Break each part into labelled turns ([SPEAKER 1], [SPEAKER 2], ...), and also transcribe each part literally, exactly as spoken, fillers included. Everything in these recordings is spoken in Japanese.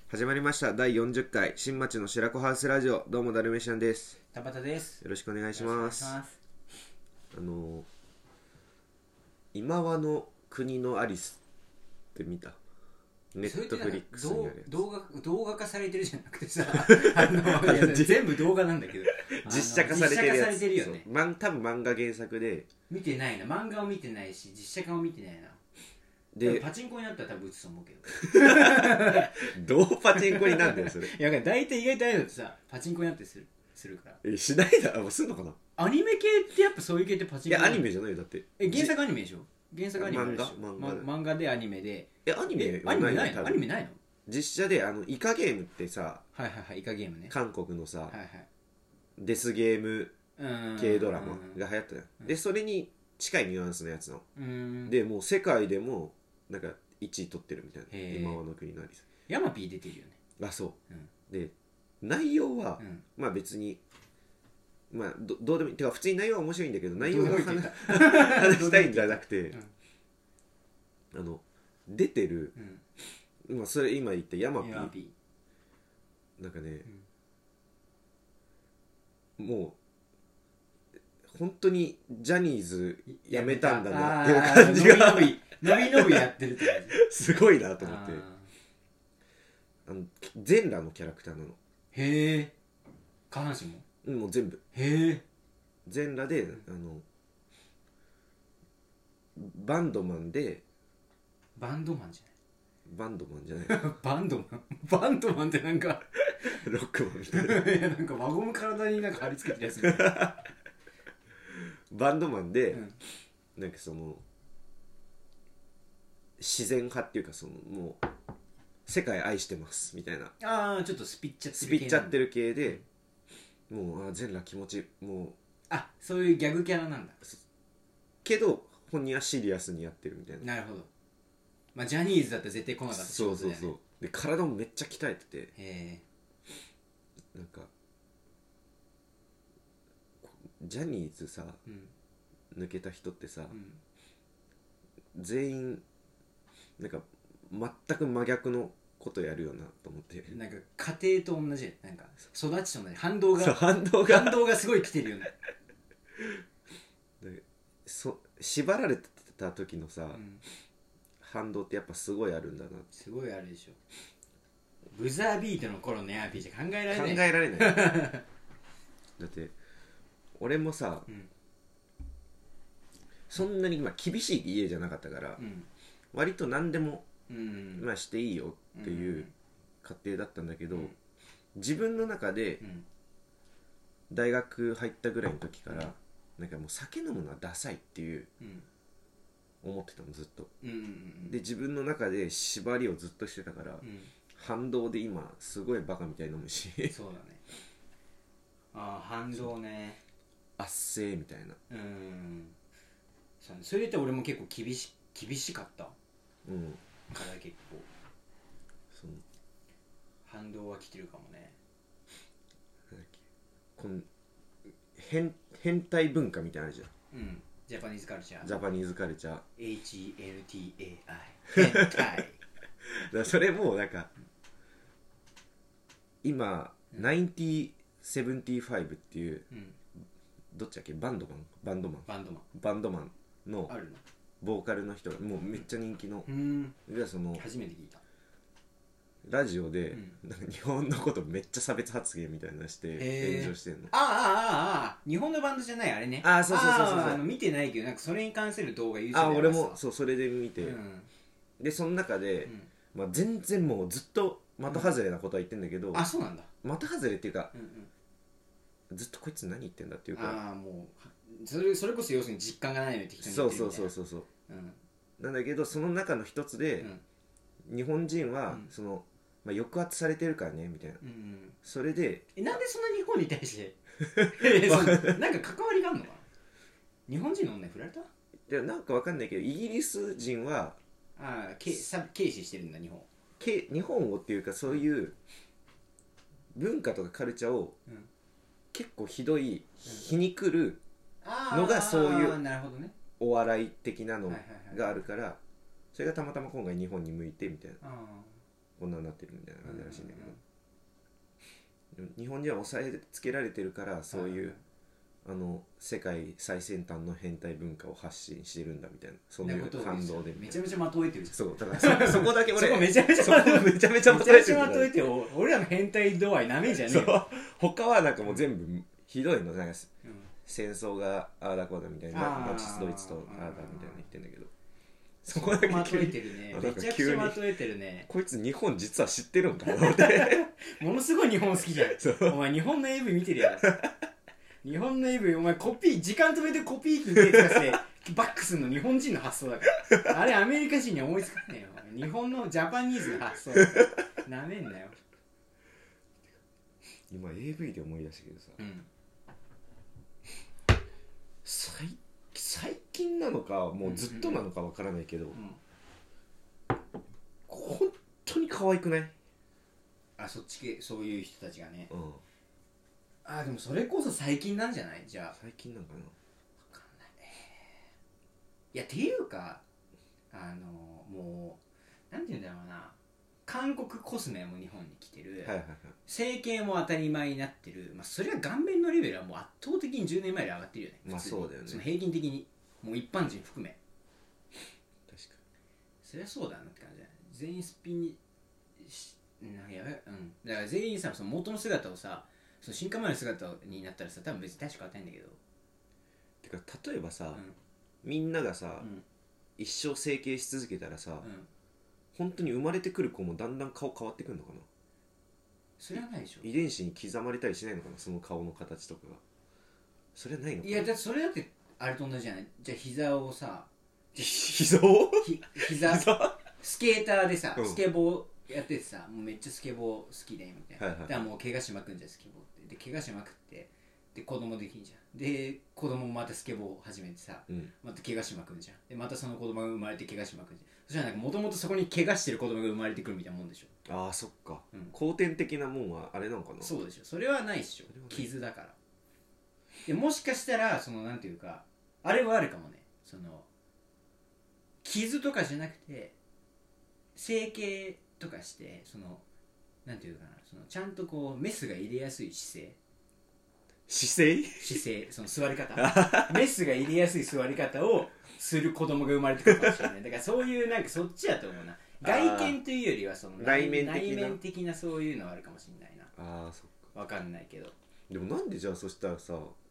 [SPEAKER 1] 始まりましただいよんじゅっかい新町の白子ハウスラジオ。どうもダルメシアンです。
[SPEAKER 2] 田畑です。
[SPEAKER 1] よろしくお願いします。
[SPEAKER 2] よろしくお願いします。
[SPEAKER 1] あの今はの国のアリスって見た？ネットフリックスにあるやつ。
[SPEAKER 2] 動画動画化されてるじゃなくてさあのいや全部動画なんだけど
[SPEAKER 1] 実写化されてるやつ。
[SPEAKER 2] 実写化されてるよね。
[SPEAKER 1] ま、多分漫画原作で
[SPEAKER 2] 見てないな。漫画を見てないし実写化も見てないな。
[SPEAKER 1] で
[SPEAKER 2] パチンコになったら多分打つと思うけ
[SPEAKER 1] どどうパチンコになんだよそれ。
[SPEAKER 2] どいや大体意外とああいうのってさパチンコになってするするから。
[SPEAKER 1] えしないだろ。するのかな。
[SPEAKER 2] アニメ系ってやっぱそういう系ってパチンコ。
[SPEAKER 1] いやアニメじゃないよだって。
[SPEAKER 2] え原作アニメでしょ。原作アニメでしょ。
[SPEAKER 1] 漫画漫画
[SPEAKER 2] 漫画でアニメで。
[SPEAKER 1] えアニメ
[SPEAKER 2] アニメないの？アニメないの？
[SPEAKER 1] 実写であのイカゲームってさ、
[SPEAKER 2] はいはいはい、イカゲームね。
[SPEAKER 1] 韓国のさ、
[SPEAKER 2] はいはい、
[SPEAKER 1] デスゲーム系ドラマが流行ったよ。でそれに近いニュアンスのやつの。
[SPEAKER 2] うん
[SPEAKER 1] でもう世界でもなんかいちい取ってるみたいな。今はの国のアリス。
[SPEAKER 2] ヤマピー出てるよね。
[SPEAKER 1] あそう、
[SPEAKER 2] うん、
[SPEAKER 1] で内容は、
[SPEAKER 2] うん、
[SPEAKER 1] まあ別にまあ ど, どうでもいいてか普通に内容は面白いんだけど、内容の話したいんじゃなくて、うん、あの出てる、うん、まあそれ今言ったヤマピー、
[SPEAKER 2] ピ
[SPEAKER 1] ーなんかね、うん、もう本当にジャニーズ辞めたんだなっていう感じが
[SPEAKER 2] 伸び伸び伸び伸びやってるって感じ
[SPEAKER 1] すごいなと思って。あの全裸のキャラクターなの。
[SPEAKER 2] へえ。下半身も？
[SPEAKER 1] うん、もう全部。
[SPEAKER 2] へえ。
[SPEAKER 1] 全裸で、あのバンドマンで。
[SPEAKER 2] バンドマンじ
[SPEAKER 1] ゃないバンドマンじゃない
[SPEAKER 2] バンドマンバンドマンってなんか
[SPEAKER 1] ロックマンみたいな。
[SPEAKER 2] いやなんか輪ゴム体になんか貼り付けてるやつみたいな
[SPEAKER 1] バンドマンで、
[SPEAKER 2] うん、
[SPEAKER 1] なんかその自然派っていうか、そのもう世界愛してますみたいな。
[SPEAKER 2] ああちょっとスピっちゃってる
[SPEAKER 1] スピっちゃってる系で、もうあ全裸気持ちもう
[SPEAKER 2] あそういうギャグキャラなんだ
[SPEAKER 1] けど本人はシリアスにやってるみたいな。
[SPEAKER 2] なるほど。まあジャニーズだったら絶対来なかった仕事だよね。
[SPEAKER 1] そうそうそう。で体もめっちゃ鍛えてて、
[SPEAKER 2] へ
[SPEAKER 1] なんかジャニーズさ、うん、抜けた人ってさ、うん、全員なんか全く真逆のことやるよなと思って。
[SPEAKER 2] なんか家庭と同じ、なんか育ちと同じ、反動が
[SPEAKER 1] 反動が
[SPEAKER 2] 反動がすごい来てるよね
[SPEAKER 1] でそ縛られてた時のさ、うん、反動ってやっぱすごいあるんだな。
[SPEAKER 2] すごいあるでしょ。ブザービートの頃のヤーピーじゃ考えられない。
[SPEAKER 1] 考えられないだって俺もさ、うん、そんなにまあ厳しい家じゃなかったから、うん、割と何でも、うん、まあしていいよっていう家庭だったんだけど、うん、自分の中で大学入ったぐらいの時から、うん、なんかもう酒飲むのはダサいっていう、うん、思ってたのずっと、うんうんうん、で自分の中で縛りをずっとしてたから、うん、反動で今すごいバカみたいに飲むし
[SPEAKER 2] そうだね。ああ反動ね。
[SPEAKER 1] あっせーみたいな。
[SPEAKER 2] うん。それで言ったら俺も結構厳し厳しかった。うん。から結構。その反動は来てるかもね。
[SPEAKER 1] なんだっけ。この変変態文化みたいなのあるじゃん。
[SPEAKER 2] うん。ジャパニーズカルチャー。
[SPEAKER 1] ジャパニーズカルチャー。
[SPEAKER 2] エイチイーエヌティーエーアイ。変態。だか
[SPEAKER 1] らそれもなんか今、うん、ナインティーセブンティーファイブっていう、うん、どっちだっけバンドマンバンドマン
[SPEAKER 2] バンドマン
[SPEAKER 1] バンドマンのボーカルの人がもうめっちゃ人気の、うん、その
[SPEAKER 2] 初めて聞いた
[SPEAKER 1] ラジオで、うん、なんか日本のことめっちゃ差別発言みたいなのして炎上してんの。
[SPEAKER 2] ああああああ日本のバンドじゃないあれね。
[SPEAKER 1] ああそうそうそうそう。
[SPEAKER 2] ああ見てないけどなんかそれに関する動画 YouTube で
[SPEAKER 1] ああ俺もそうそれで見て、うん、でその中で、
[SPEAKER 2] うん
[SPEAKER 1] まあ、全然もうずっと的外れなことは言ってんだけど、
[SPEAKER 2] うん、あそうなんだ。
[SPEAKER 1] 的外れっていうか、うんう
[SPEAKER 2] ん、
[SPEAKER 1] ずっとこいつ何言ってんだっていうか、
[SPEAKER 2] ああもうそれ、それこそ要するに実感がないのって人に言ってるみたいな。
[SPEAKER 1] そうそうそうそうそう、うん、なんだけどその中の一つで、うん、日本人は、うん、そのまあ、抑圧されてるからねみたいな、うんうん、それで
[SPEAKER 2] えなんでそんな日本に対してなんか関わりがあるのかな。日本人の女に振られた。い
[SPEAKER 1] やなんかわかんないけどイギリス人は
[SPEAKER 2] ああ軽視してるんだ日本
[SPEAKER 1] 日本をっていうかそういう文化とかカルチャーを、うん、結構ひどい皮肉るのがそういうお笑い的なのがあるから、それがたまたま今回日本に向いてみたいな。 こんなになってるみたいな感じらしいんだけど、でも日本には抑えつけられてるからそういう、あの世界最先端の変態文化を発信してるんだみたいな、そういう反動で
[SPEAKER 2] めちゃめちゃまとえてる。
[SPEAKER 1] そうだからそ, そこだけ俺
[SPEAKER 2] そこめちゃめちゃ
[SPEAKER 1] まとめちゃめちゃまとえてる。
[SPEAKER 2] まとえて俺らの変態度合いなめんじゃねえよ。
[SPEAKER 1] 他はなんかもう全部ひどいの、なんか、うん、戦争がああだこうだみたいな、ナチスドイツとああだみたいな言ってんだけど、そこだけ
[SPEAKER 2] まとえてるね。めちゃくちゃまとえてるね。
[SPEAKER 1] こいつ日本実は知ってるんかなって
[SPEAKER 2] ものすごい日本好きじゃん。お前日本の エーブイ 見てるやん。日本の エーブイ お前コピー時間止めてコピー機に手つかせてバックするの日本人の発想だからあれアメリカ人に思いつかねえよ。日本のジャパニーズの発想だからなめんなよ。
[SPEAKER 1] 今 エーブイ で思い出したけどさ、うん、最, 最近なのかもうずっとなのかわからないけど、うんうんうん、本当に可愛くない？
[SPEAKER 2] あ、そっち系、そういう人たちがね、
[SPEAKER 1] うん、
[SPEAKER 2] あ、でもそれこそ最近なんじゃない？じゃあ
[SPEAKER 1] 最近なんかな、わ
[SPEAKER 2] かんないね。いやっていうかあのもうなんて言うんだろうな、韓国コスメも日本に来てる、
[SPEAKER 1] はいはいはい、
[SPEAKER 2] 整形も当たり前になってる、まあ、それは顔面のレベルはもう圧倒的にじゅうねんまえより上がってるよね。
[SPEAKER 1] まあそうだよね。
[SPEAKER 2] その平均的にもう一般人含め
[SPEAKER 1] 確かに
[SPEAKER 2] そりゃそうだなって感じだよね。全員すっぴんにしなんかやばい、うん、だから全員さその元の姿をさその進化前の姿になったらさ多分別に大して変わったんだけど、
[SPEAKER 1] てか例えばさ、
[SPEAKER 2] うん、
[SPEAKER 1] みんながさ、
[SPEAKER 2] うん、
[SPEAKER 1] 一生整形し続けたらさ、
[SPEAKER 2] うん、
[SPEAKER 1] 本当に生まれてくる子もだんだん顔変わってくるのかな。
[SPEAKER 2] それはないでしょ。
[SPEAKER 1] 遺伝子に刻まれたりしないのかな、その顔の形とかが。それはないのかな。
[SPEAKER 2] いやだってそれだってあれと同じじゃない。じゃあ膝をさ
[SPEAKER 1] 膝を
[SPEAKER 2] ひ膝スケーターでさ、うん、スケボーやっててさ、もうめっちゃスケボー好きでみたいな、はいはい、だからもう怪我しまくんじゃんスケボーって。で怪我しまくってで子供できんじゃん。で子供もまたスケボーを始めてさ、うん、また怪我しまくんじゃん。でまたその子供が生まれて怪我しまくんじゃん。そしたらなんかもともとそこに怪我してる子供が生まれてくるみたいなもんでしょ。
[SPEAKER 1] ああそっか、うん、後天的なもんはあれなのかな。
[SPEAKER 2] そうでしょ。それはないっしょ。傷だから。でもしかしたらそのなんていうかあれはあるかもね。その傷とかじゃなくて整形とかしてそのなんていうかな、そのちゃんとこうメスが入れやすい姿勢
[SPEAKER 1] 姿勢
[SPEAKER 2] 姿勢その座り方メスが入れやすい座り方をする子供が生まれてくるかもしれない。だからそういうなんかそっちやと思うな。外見というよりはその
[SPEAKER 1] 内面的な
[SPEAKER 2] 内面的なそういうのはあるかもしれないな。
[SPEAKER 1] ああそっか。
[SPEAKER 2] わかんないけど。
[SPEAKER 1] でもなんでじゃあそしたらさ、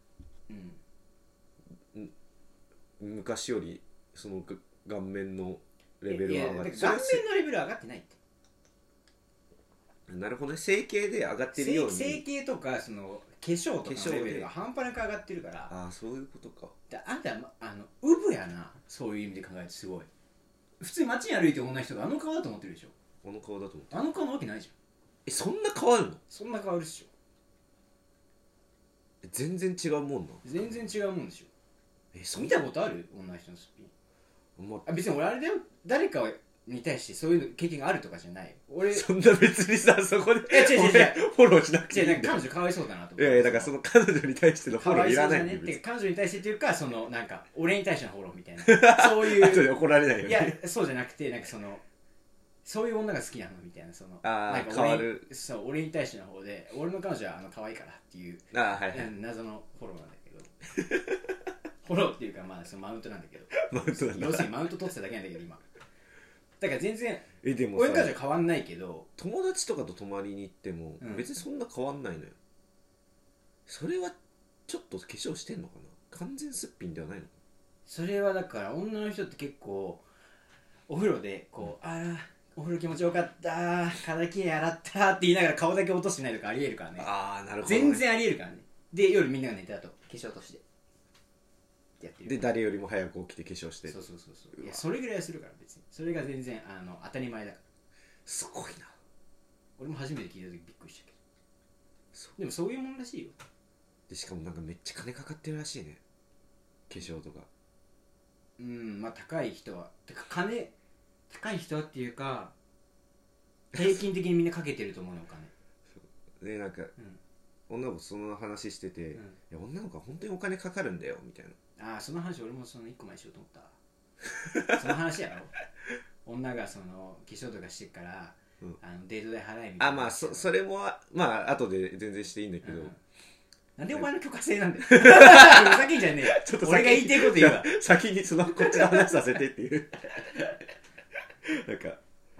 [SPEAKER 1] うん、昔よりその顔面のレベルは上がって、
[SPEAKER 2] 顔面のレベルは上がってないって。
[SPEAKER 1] なるほどね。整形で上がってるように
[SPEAKER 2] 整形とかその化粧とかのレベルが半端なく上がってるから。
[SPEAKER 1] ああそういうことか。
[SPEAKER 2] あんたあのウブやな。そういう意味で考えるとすごい普通に街に歩いてる女の人があの顔だと思ってるでしょ。
[SPEAKER 1] あの顔だと思ってる。
[SPEAKER 2] あの顔なわけないじゃん。
[SPEAKER 1] えそんな変わるの。
[SPEAKER 2] そんな変わるっしょ。
[SPEAKER 1] 全然違うもんな。
[SPEAKER 2] 全然違うもんでしょ。
[SPEAKER 1] えそ
[SPEAKER 2] 見たことある女の人のすっぴん、まあ、別に俺あれだよ、誰かに対してそういうの経験があるとかじゃない。俺
[SPEAKER 1] そんな別にさそこで
[SPEAKER 2] いや違う違う違う
[SPEAKER 1] フォローしなくていいんだよ。
[SPEAKER 2] 彼女かわいそうだなと思って。
[SPEAKER 1] いやいやだからその彼女に対してのフォローいらないんだよ。
[SPEAKER 2] って彼女に対してっていうかそのなんか俺に対してのフォローみたいなそういう
[SPEAKER 1] 後で怒られないよね。
[SPEAKER 2] いやそうじゃなくてなんかそのそういう女が好きなのみたいなその
[SPEAKER 1] あ
[SPEAKER 2] なんか
[SPEAKER 1] 変わる
[SPEAKER 2] そう俺に対しての方で俺の彼女はあの可愛いからっていう
[SPEAKER 1] あ、はいはい、
[SPEAKER 2] 謎のフォローなんだけどフォローっていうかまあそのマウントなんだけど
[SPEAKER 1] マウントなんだ。
[SPEAKER 2] 要するにマウント取ってただけなんだけど今だから全然
[SPEAKER 1] えでも
[SPEAKER 2] 俺の彼女は変わんないけど
[SPEAKER 1] 友達とかと泊まりに行っても別にそんな変わんないのよ、うん、それはちょっと化粧してんのかな。完全すっぴんではないの。
[SPEAKER 2] それはだから女の人って結構お風呂でこう、うん、あらお風呂気持ちよかった体きれい洗ったって言いながら顔だけ落としてないとかありえるからね。
[SPEAKER 1] ああなるほど、ね、
[SPEAKER 2] 全然ありえるからね。で夜みんなが寝た後化粧落として
[SPEAKER 1] やってる。で誰よりも早く起きて化粧して。
[SPEAKER 2] そうそうそうそう。いやそれぐらいはするから別にそれが全然あの当たり前だから。
[SPEAKER 1] すごいな。
[SPEAKER 2] 俺も初めて聞いた時びっくりしたけど。そうでもそういうもんらしいよ。
[SPEAKER 1] でしかもなんかめっちゃ金かかってるらしいね化粧とか。
[SPEAKER 2] うんまあ高い人はてか金高い人っていうか平均的にみんなかけてると思うよお金。
[SPEAKER 1] そうでなんか、うん、女の子その話してて、うん、いや女の子は本当にお金かかるんだよみたい
[SPEAKER 2] な。ああその話俺もそのいっこまえしようと思ったその話やろ女がその化粧とかしてからうん、あのデート代払えみ
[SPEAKER 1] たいな。あ、まあ そ, それもまあ後で全然していいんだけど、うん、
[SPEAKER 2] なんでお前の許可制なんだよふざけんじゃねえよちょっと俺が言いたいこと言うわ
[SPEAKER 1] 先にそのこっちの話させてっていうなんか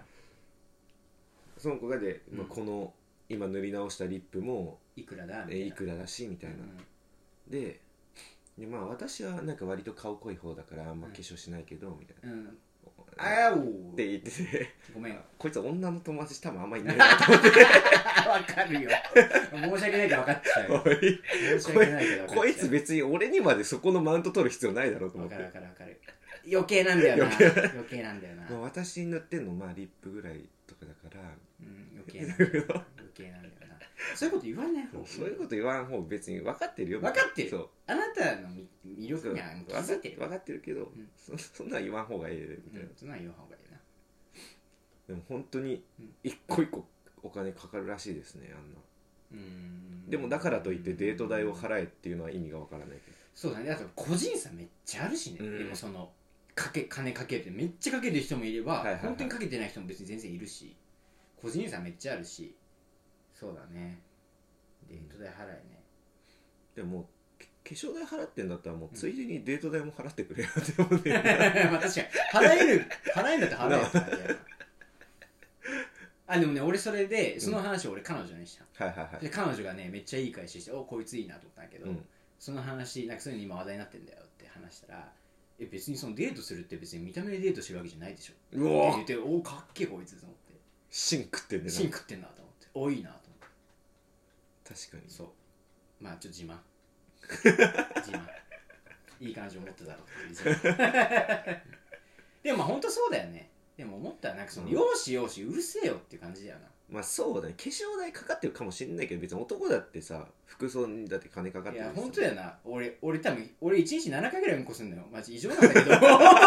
[SPEAKER 1] その子がで、まあ、この今塗り直したリップも
[SPEAKER 2] いくらだ
[SPEAKER 1] みたいな、いくらだしみたいな、うん、で, でまあ私はなんか割と顔濃い方だからあんま化粧しないけど、うん、みたいな、うん、
[SPEAKER 2] あやお
[SPEAKER 1] って言ってて
[SPEAKER 2] ごめん
[SPEAKER 1] こいつ女の友達多分あんまいないなと思って
[SPEAKER 2] わかるよ申し訳ないから分かっちゃうよ申し訳ないけど分かっちゃう
[SPEAKER 1] こいつ別に俺にまでそこのマウント取る必要ないだろうと思って。
[SPEAKER 2] 分かる分かる分かる余計なんだよな余計なんだよな、
[SPEAKER 1] まあ、私に塗ってんのまあリップぐらいとかだから、
[SPEAKER 2] うん、余計なんだよ余計なんだよなそういうこと言わない方
[SPEAKER 1] そういうこと言わん方別に分かってるよ
[SPEAKER 2] 分かってるそうあなたの魅力には気づいてる
[SPEAKER 1] 分かってるけど、うん、そ, そんなん言わん方がいいみたいな、うん、
[SPEAKER 2] そんなん言わん方がいいな
[SPEAKER 1] でも本当に一個一個お金かかるらしいですねあんなうんでもだからといってデート代を払えっていうのは意味がわからないけど
[SPEAKER 2] そうだねあと個人差めっちゃあるしね、うん、でもそのかけ金かけてめっちゃかけてる人もいれば、はいはいはい、本当にかけてない人も別に全然いるし個人差めっちゃあるしそうだねデート代払えね
[SPEAKER 1] でも化粧代払ってんだったらもうついでにデート代も払ってくれよって思うね
[SPEAKER 2] まあ確かに払える払えんだったら払えるからあでもね俺それでその話を俺彼女にした、うんはいはいはい、で彼女がねめっちゃいい返ししておこいついいなと思ったんだけど、うん、その話なんかそういうの今話題になってんだよって話したらえ別にそのデートするって別に見た目でデートしてるわけじゃないでしょうわって言っておかっけえこいつと思って
[SPEAKER 1] 芯食ってんねんな
[SPEAKER 2] 芯食ってんなと思っておいいなと思って
[SPEAKER 1] 確かに
[SPEAKER 2] そうまあちょっと自慢自慢いい感じを持ってたろってでもまあほんとそうだよねでも思ったらなんかその、うん、よしよしうるせえよって感じだよな
[SPEAKER 1] まあそうだね化粧代かかってるかもしれないけど別に男だってさ服装にだって金かかってる
[SPEAKER 2] いやほんとだよな俺俺多分俺いちにちななかいぐらいうんこすんのよマジ異常なんだけど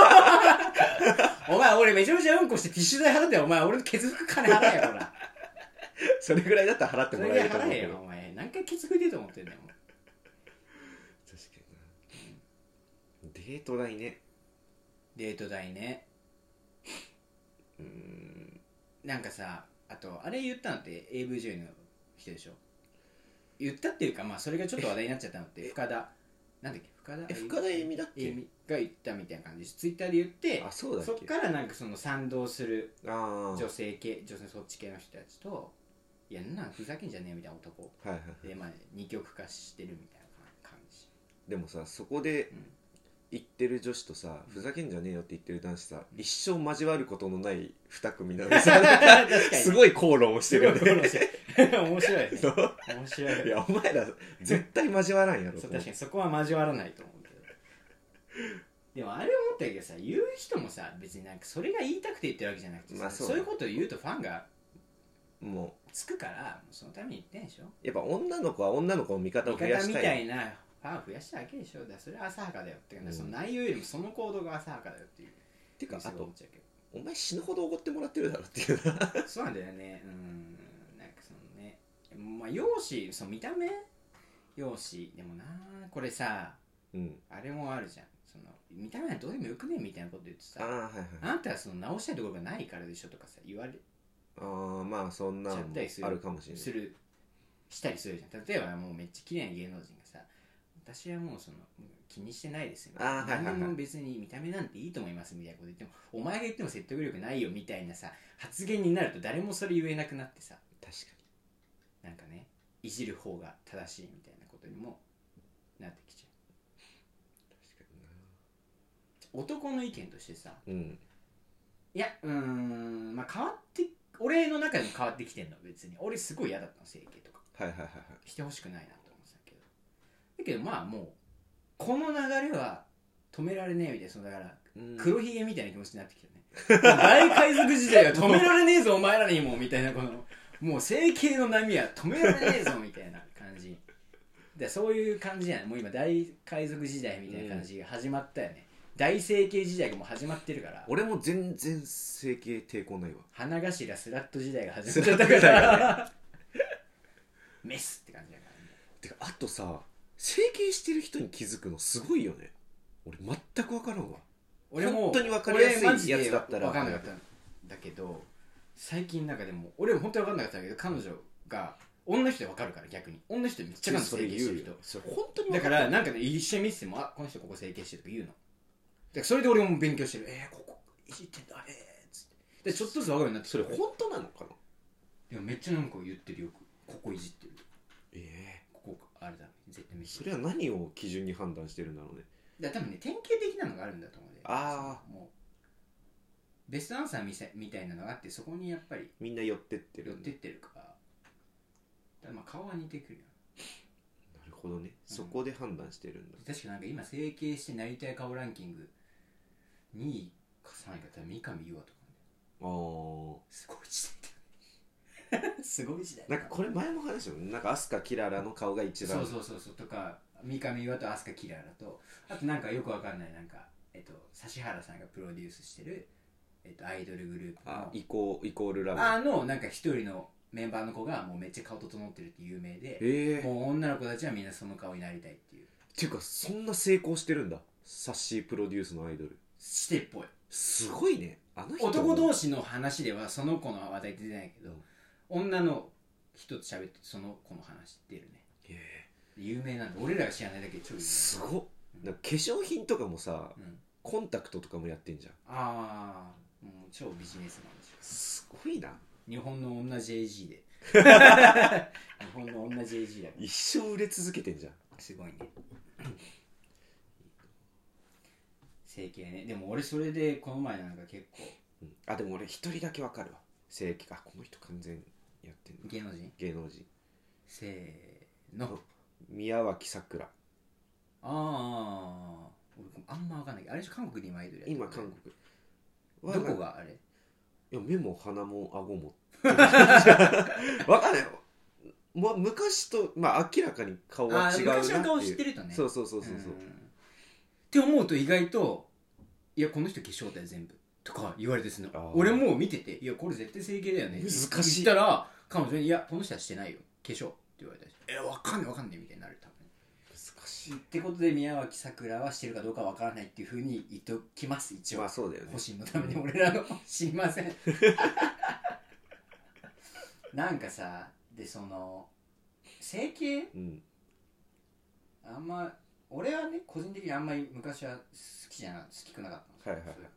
[SPEAKER 2] お前俺めちゃめちゃうんこしてティッシュ代払ってよお前俺のケツ拭く金払えよほら
[SPEAKER 1] それぐらいだったら払ってもらえると思うけどそれぐらい払えよ
[SPEAKER 2] お前何回ケツ拭いてると思ってんだよ
[SPEAKER 1] 確かになデート代ね
[SPEAKER 2] デート代ねうーんなんかさあとあれ言ったのって エーブイ 女優の人でしょ言ったっていうかまあそれがちょっと話題になっちゃったのって深田なんだっけ深田
[SPEAKER 1] え深田恵美だっけ
[SPEAKER 2] 恵美が言ったみたいな感じでツイッターで言って
[SPEAKER 1] あそうだっけ
[SPEAKER 2] そっからなんかその賛同する女性系女性そっち系の人たちといやなんふざけんじゃねえみたいな男、はいはい、でまあ二極化してるみたいな感じ
[SPEAKER 1] でもさそこで言ってる女子とさ、うん、ふざけんじゃねえよって言ってる男子さ、うん、一生交わることのない二組なのにさすごい口論をしてるよね
[SPEAKER 2] 面白い面白いね面白い
[SPEAKER 1] いやお前ら絶対交わらんやろ
[SPEAKER 2] そう確かにそこは交わらないと思うけどでもあれ思ったけどさ言う人もさ別になんかそれが言いたくて言ってるわけじゃなくてさ、まあ、そう, そういうことを言うとファンがもうつくからもうそのために言ってんでしょ
[SPEAKER 1] やっぱ女の子は女の子の味方を増やしたい
[SPEAKER 2] 味方みたいなファンを増やしたわけでしょだそれは浅はかだよっていうか、うん、その内容よりもその行動が浅はかだよっていう
[SPEAKER 1] てかあとお前死ぬほどおごってもらってるだろっていう
[SPEAKER 2] そうなんだよねうんなんかそのねまあ容姿その見た目容姿でもなこれさ、うん、あれもあるじゃんその見た目はどうでもよくねみたいなこと言ってさ あ,、はいはい、あなたはその直したいところがないからでしょとかさ言われ
[SPEAKER 1] ああまあそんなのもあるかもしれない
[SPEAKER 2] するしたりするじゃん例えばもうめっちゃ綺麗な芸能人がさ私はもうその気にしてないですよ、ね、あ、はいはいはい、何も別に見た目なんていいと思いますみたいなこと言ってもお前が言っても説得力ないよみたいなさ発言になると誰もそれ言えなくなってさ
[SPEAKER 1] 確か
[SPEAKER 2] になんかねいじる方が正しいみたいなことにもなってきちゃう確かにな男の意見としてさ、うん、いやうーんまあ変わって俺の中でも変わってきてんの別に俺すごい嫌だったの整形とか、
[SPEAKER 1] はいはいはいはい、
[SPEAKER 2] してほしくないなと思ってたけどだけどまあもうこの流れは止められねえみたいなそのだから黒ひげみたいな気持ちになってきたね大海賊時代は止められねえぞお前らにもみたいなこのもう整形の波は止められねえぞみたいな感じでそういう感じやねもう今大海賊時代みたいな感じが始まったよね大整形時代がもう始まってるから
[SPEAKER 1] 俺も全然整形抵抗ないわ
[SPEAKER 2] 花頭スラット時代が始まっちゃったからメスって感じだからね
[SPEAKER 1] てかあとさ整形してる人に気づくのすごいよね俺全く分からんわ俺も本当に分かりやすいやつだったら
[SPEAKER 2] 分かんなかったんだけど最近なんかでも俺も本当に分かんなかったんだけど、彼女が女の人で分かるから、逆に女の人めっちゃ彼女整形してる人、
[SPEAKER 1] それ本当に
[SPEAKER 2] だからなんかね一緒に見てても、あこの人ここ整形してるとか言うの。だからそれで俺も勉強してる。えー、ここいじってんだ、えー、っつってでちょっとずつ分かるようになって。
[SPEAKER 1] それ本当なのかな。
[SPEAKER 2] いやめっちゃなんか言ってるよく、ここいじってる。
[SPEAKER 1] ええ
[SPEAKER 2] ー、ここあれだ絶対見せ
[SPEAKER 1] て。それは何を基準に判断してるんだろうね。
[SPEAKER 2] だから多分ね典型的なのがあるんだと思うね。
[SPEAKER 1] ああ、も
[SPEAKER 2] うベストアンサーみせみたいなのがあって、そこにやっぱり
[SPEAKER 1] みんな寄ってってる
[SPEAKER 2] 寄ってってるから、だからまあ顔は似てくるよ。
[SPEAKER 1] なるほどね、うん、そこで判断してるんだ。
[SPEAKER 2] 確かなんか今整形してなりたい顔ランキングにいかさんいかったら三上優愛とかね。
[SPEAKER 1] ああ、
[SPEAKER 2] すごい時代だすごい時代だ。
[SPEAKER 1] なんかこれ前も話したよ。なんか飛鳥キララの顔が一番、
[SPEAKER 2] そうそうそうそうとか、三上優愛と飛鳥キララと、あとなんかよくわかんないなんかえっと指原さんがプロデュースしてるえっとアイドルグループの
[SPEAKER 1] イコイコールラブ、
[SPEAKER 2] あのなんか一人のメンバーの子がもうめっちゃ顔整ってるって有名で、
[SPEAKER 1] えー、
[SPEAKER 2] もう女の子たちはみんなその顔になりたいっていう。
[SPEAKER 1] っていうかそんな成功してるんだ、サッシープロデュースのアイドル。
[SPEAKER 2] してっぽい。
[SPEAKER 1] すごいね。あの人
[SPEAKER 2] 男同士の話ではその子の話題出てないけど、うん、女の人と喋ってその子の話出るね。へえ、有名なんだ。俺らが知らないだけで超有名。
[SPEAKER 1] すごっ、うん、なんか化粧品とかもさ、うん、コンタクトとかもやってんじゃん。
[SPEAKER 2] ああ、もう超ビジネスマンですよ。
[SPEAKER 1] すごいな。
[SPEAKER 2] 日本の女 ジェージー で日本の女 ジェージー だから
[SPEAKER 1] 一生売れ続けてんじゃん。
[SPEAKER 2] すごいね整形ね。でも俺それでこの前なんか結構、
[SPEAKER 1] うん、あでも俺一人だけわかるわ、整形。あこの人完全やってんの。
[SPEAKER 2] 芸能人
[SPEAKER 1] 芸能人
[SPEAKER 2] せーの、
[SPEAKER 1] 宮脇さくら。あ
[SPEAKER 2] あ俺あんま分かんないけど、あれ韓国で今アイドルやってる。
[SPEAKER 1] 今韓国
[SPEAKER 2] どこがあれ。
[SPEAKER 1] いや目も鼻も顎も分かんないよ、ま、昔と、まあ、明らかに顔は違うなっていう。
[SPEAKER 2] 昔の顔知ってるとね。
[SPEAKER 1] そうそうそうそうそう、うん、
[SPEAKER 2] って思うと意外と、いやこの人化粧だよ全部とか言われてするの。俺もう見てて、いやこれ絶対整形だよね
[SPEAKER 1] 難しい。
[SPEAKER 2] 言ったら彼女に、いやこの人はしてないよ化粧って言われたし、え分かんない分かんないみたいになる。多分
[SPEAKER 1] 難しい
[SPEAKER 2] ってことで宮脇さくらはしてるかどうか分からないっていうふうに言っときます一応。
[SPEAKER 1] まあそうだよね、
[SPEAKER 2] 保身のために俺らの知りませんなんかさ、でその整形、うん、あんま俺はね個人的にあんまり昔は好きじゃな好きくなかったんですよ。はいはいはい。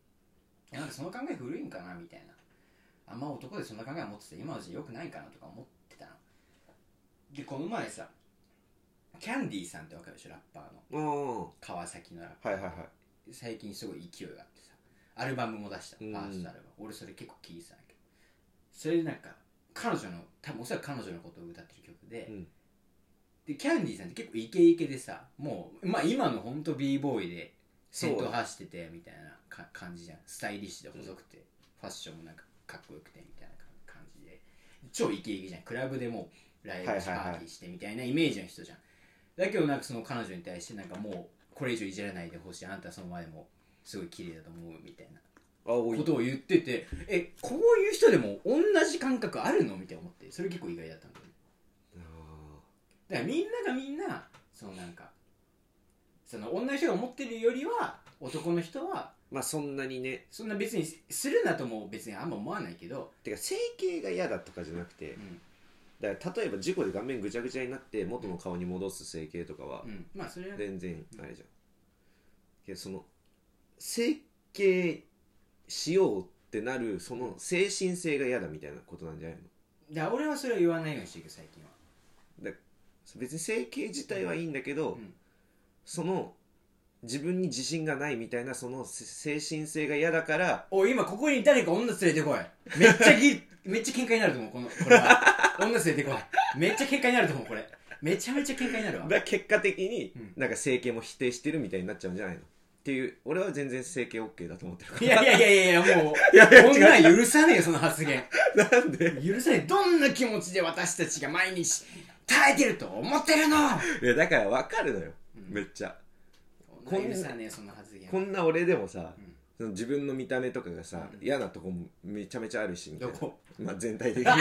[SPEAKER 2] なんかその考え古いんかなみたいな、あんま男でそんな考え持ってて今の時代良くないかなとか思ってたので、この前さキャンディーさんってわかるでしょ、ラッパーの川崎のラッパー、はいはいはい、最近すごい勢いがあってさ、アルバムも出した、ファーストアルバム、俺それ結構聴いてたんだけど、それでなんか彼女の多分おそらく彼女のことを歌ってる曲で、うん、でキャンディーさんって結構イケイケでさ、もうまあ今のほんと b ボーイで先頭走っててみたいなか感じじゃん。スタイリッシュで細くて、うん、ファッションもなんかかっこよくてみたいな感じで超イケイケじゃん。クラブでもライブしパーティーしてみたいなイメージの人じゃん。だけどなんかその彼女に対してなんかもうこれ以上いじらないでほしい、あんたはその前もすごい綺麗だと思うみたいなことを言ってて、えこういう人でも同じ感覚あるのみたいな思って、それ結構意外だったんだよね。だからみんながみんなそのなんかその女の人が思ってるよりは男の人は
[SPEAKER 1] まあそんなにね、
[SPEAKER 2] そんな別にするなとも別にあんま思わないけど、
[SPEAKER 1] てか整形が嫌だとかじゃなくて、うん、だから例えば事故で顔面ぐちゃぐちゃになって元の顔に戻す整形とかは全然あれじゃん、けどその整形しようってなるその精神性が嫌だみたいなことなんじゃないの。
[SPEAKER 2] だ俺はそれは言わないようにしてる最近は。
[SPEAKER 1] だ別に整形自体はいいんだけど、うん、その自分に自信がないみたいなその精神性が嫌だから。
[SPEAKER 2] おい今ここに誰か女連れてこい、めっちゃぎめっちゃ喧嘩になると思う、このこれは女連れてこい、めっちゃ喧嘩になると思う、これめちゃめちゃ喧嘩になるわ。
[SPEAKER 1] だ結果的になんか整形も否定してるみたいになっちゃうんじゃないのっていう。俺は全然整形 OK だと思ってるから。
[SPEAKER 2] いやいやいやいやもういやいやこんなん許さねえよその発言
[SPEAKER 1] なんで
[SPEAKER 2] 許さねえ。どんな気持ちで私たちが毎日耐えてると思ってるの。
[SPEAKER 1] いやだから分かるのよ、うん、めっちゃ
[SPEAKER 2] こんな許さねえその発言。
[SPEAKER 1] こんな俺でもさ、うん、その自分の見た目とかがさ、うん、嫌なとこもめちゃめちゃあるしみたいな。どこ、まあ、全体的に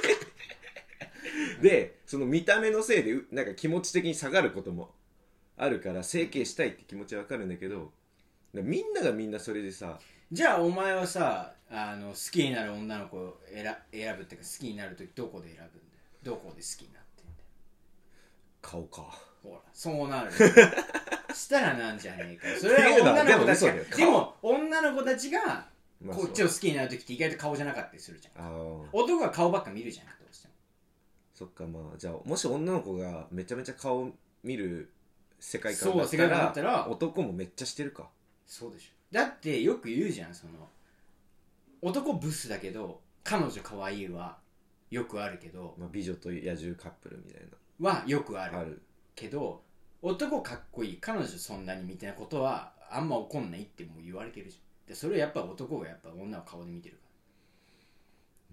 [SPEAKER 1] でその見た目のせいでなんか気持ち的に下がることもあるから整形したいって気持ちは分かるんだけど、みんながみんなそれでさ
[SPEAKER 2] じゃあお前はさあの好きになる女の子を選, 選ぶっていうか好きになるときどこで選ぶんだよ。どこで好きになってんだよ。
[SPEAKER 1] 顔か。
[SPEAKER 2] ほらそうなるしたらなんじゃねえかよ。それは女の子たちが で, でも女の子たちがこっちを好きになるときって意外と顔じゃなかったりするじゃん。あ男は顔ばっか見るじゃん。どうしても。
[SPEAKER 1] そっかまあじゃあもし女の子がめちゃめちゃ顔見る世界観だった ら, だったら男もめっちゃしてるか。
[SPEAKER 2] そうでしょ。だってよく言うじゃんその男ブスだけど彼女可愛いはよくあるけど、
[SPEAKER 1] まあ、美女と野獣カップルみたいな
[SPEAKER 2] はよくあるあるけど男かっこいい彼女そんなにみたいなことはあんま起こんないってもう言われてるじゃん。でそれはやっぱ男がやっぱ女を顔で見てるから。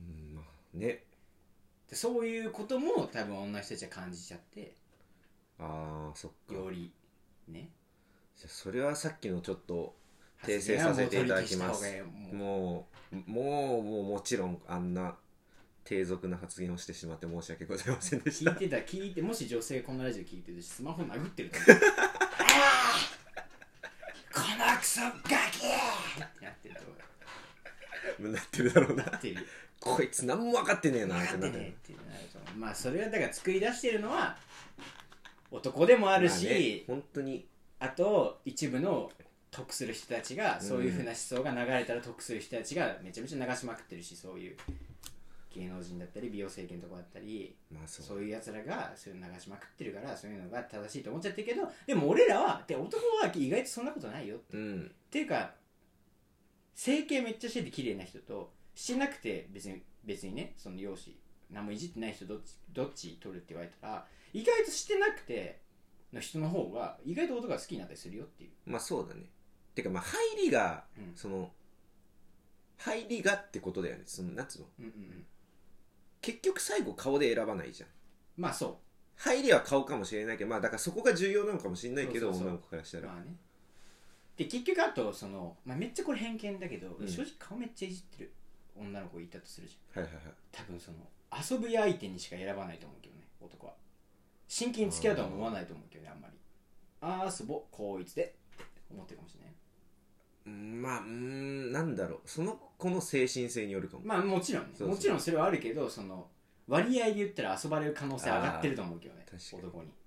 [SPEAKER 1] うんまあね。
[SPEAKER 2] でそういうことも多分女の人たちは感じちゃって、
[SPEAKER 1] ああそっか。
[SPEAKER 2] よりね。
[SPEAKER 1] じゃあそれはさっきのちょっと訂正させていただきます。もうもうもうもちろんあんな低俗な発言をしてしまって申し訳ございませんでした。
[SPEAKER 2] 聞いてた聞いてもし女性このラジオ聞いてるしスマホ殴ってると思うあこのクソガキってなってると思う。
[SPEAKER 1] なってるだろうな。
[SPEAKER 2] なってる。
[SPEAKER 1] こいつ何も分かってねえなってなって
[SPEAKER 2] ねってなると思う。まあそれはだから作り出してるのは男でもあるし、まあね、
[SPEAKER 1] 本当に
[SPEAKER 2] あと一部の得する人たちがそういうふうな思想が流れたら得する人たちがめちゃめちゃ流しまくってるし、そういう芸能人だったり美容整形とかだったり、まあ、そう、そういうやつらがそういうの流しまくってるからそういうのが正しいと思っちゃってるけど、でも俺らはで男は意外とそんなことないよって、うん、っていうか整形めっちゃしてて綺麗な人としてなくて別に別にねその容姿何もいじってない人どっちどっち取るって言われたら意外としてなくての人の方が意外と男が好きになったりするよっていう。
[SPEAKER 1] まあそうだね。てかまあ入りが、うん、その入りがってことだよね。そのなんつうの、うんうんうん、結局最後顔で選ばないじゃん。
[SPEAKER 2] まあそう
[SPEAKER 1] 入りは顔かもしれないけど、まあだからそこが重要なのかもしれないけど、そうそうそう女の子からしたら、まあね、
[SPEAKER 2] で結局あとその、まあ、めっちゃこれ偏見だけど、うん、正直顔めっちゃいじってる女の子いたとするじゃん、はいはいはい、多分その遊び相手にしか選ばないと思うけどね男は。真剣に付き合うとは思わないと思うけどね、あんまりあー遊ぼこいつでって思ってるかもしれない。
[SPEAKER 1] まあうーんなんだろうその子の精神性によるかも。
[SPEAKER 2] まあもちろんね、そうそうもちろんそれはあるけどその割合で言ったら遊ばれる可能性上がってると思うけどね男に。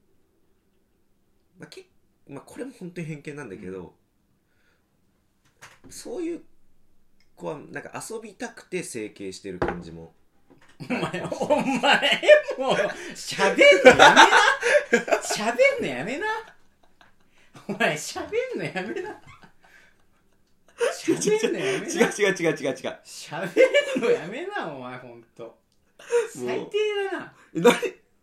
[SPEAKER 1] まあ、けまあこれも本当に偏見なんだけど、うん、そういう子はなんか遊びたくて整形してる感じも。
[SPEAKER 2] お前お前もう喋んのやめな喋んのやめなお前喋んのやめな喋んのやめな。
[SPEAKER 1] 違う違う違う違う違う。
[SPEAKER 2] 喋んのやめなお前ほんと最低だな。
[SPEAKER 1] え何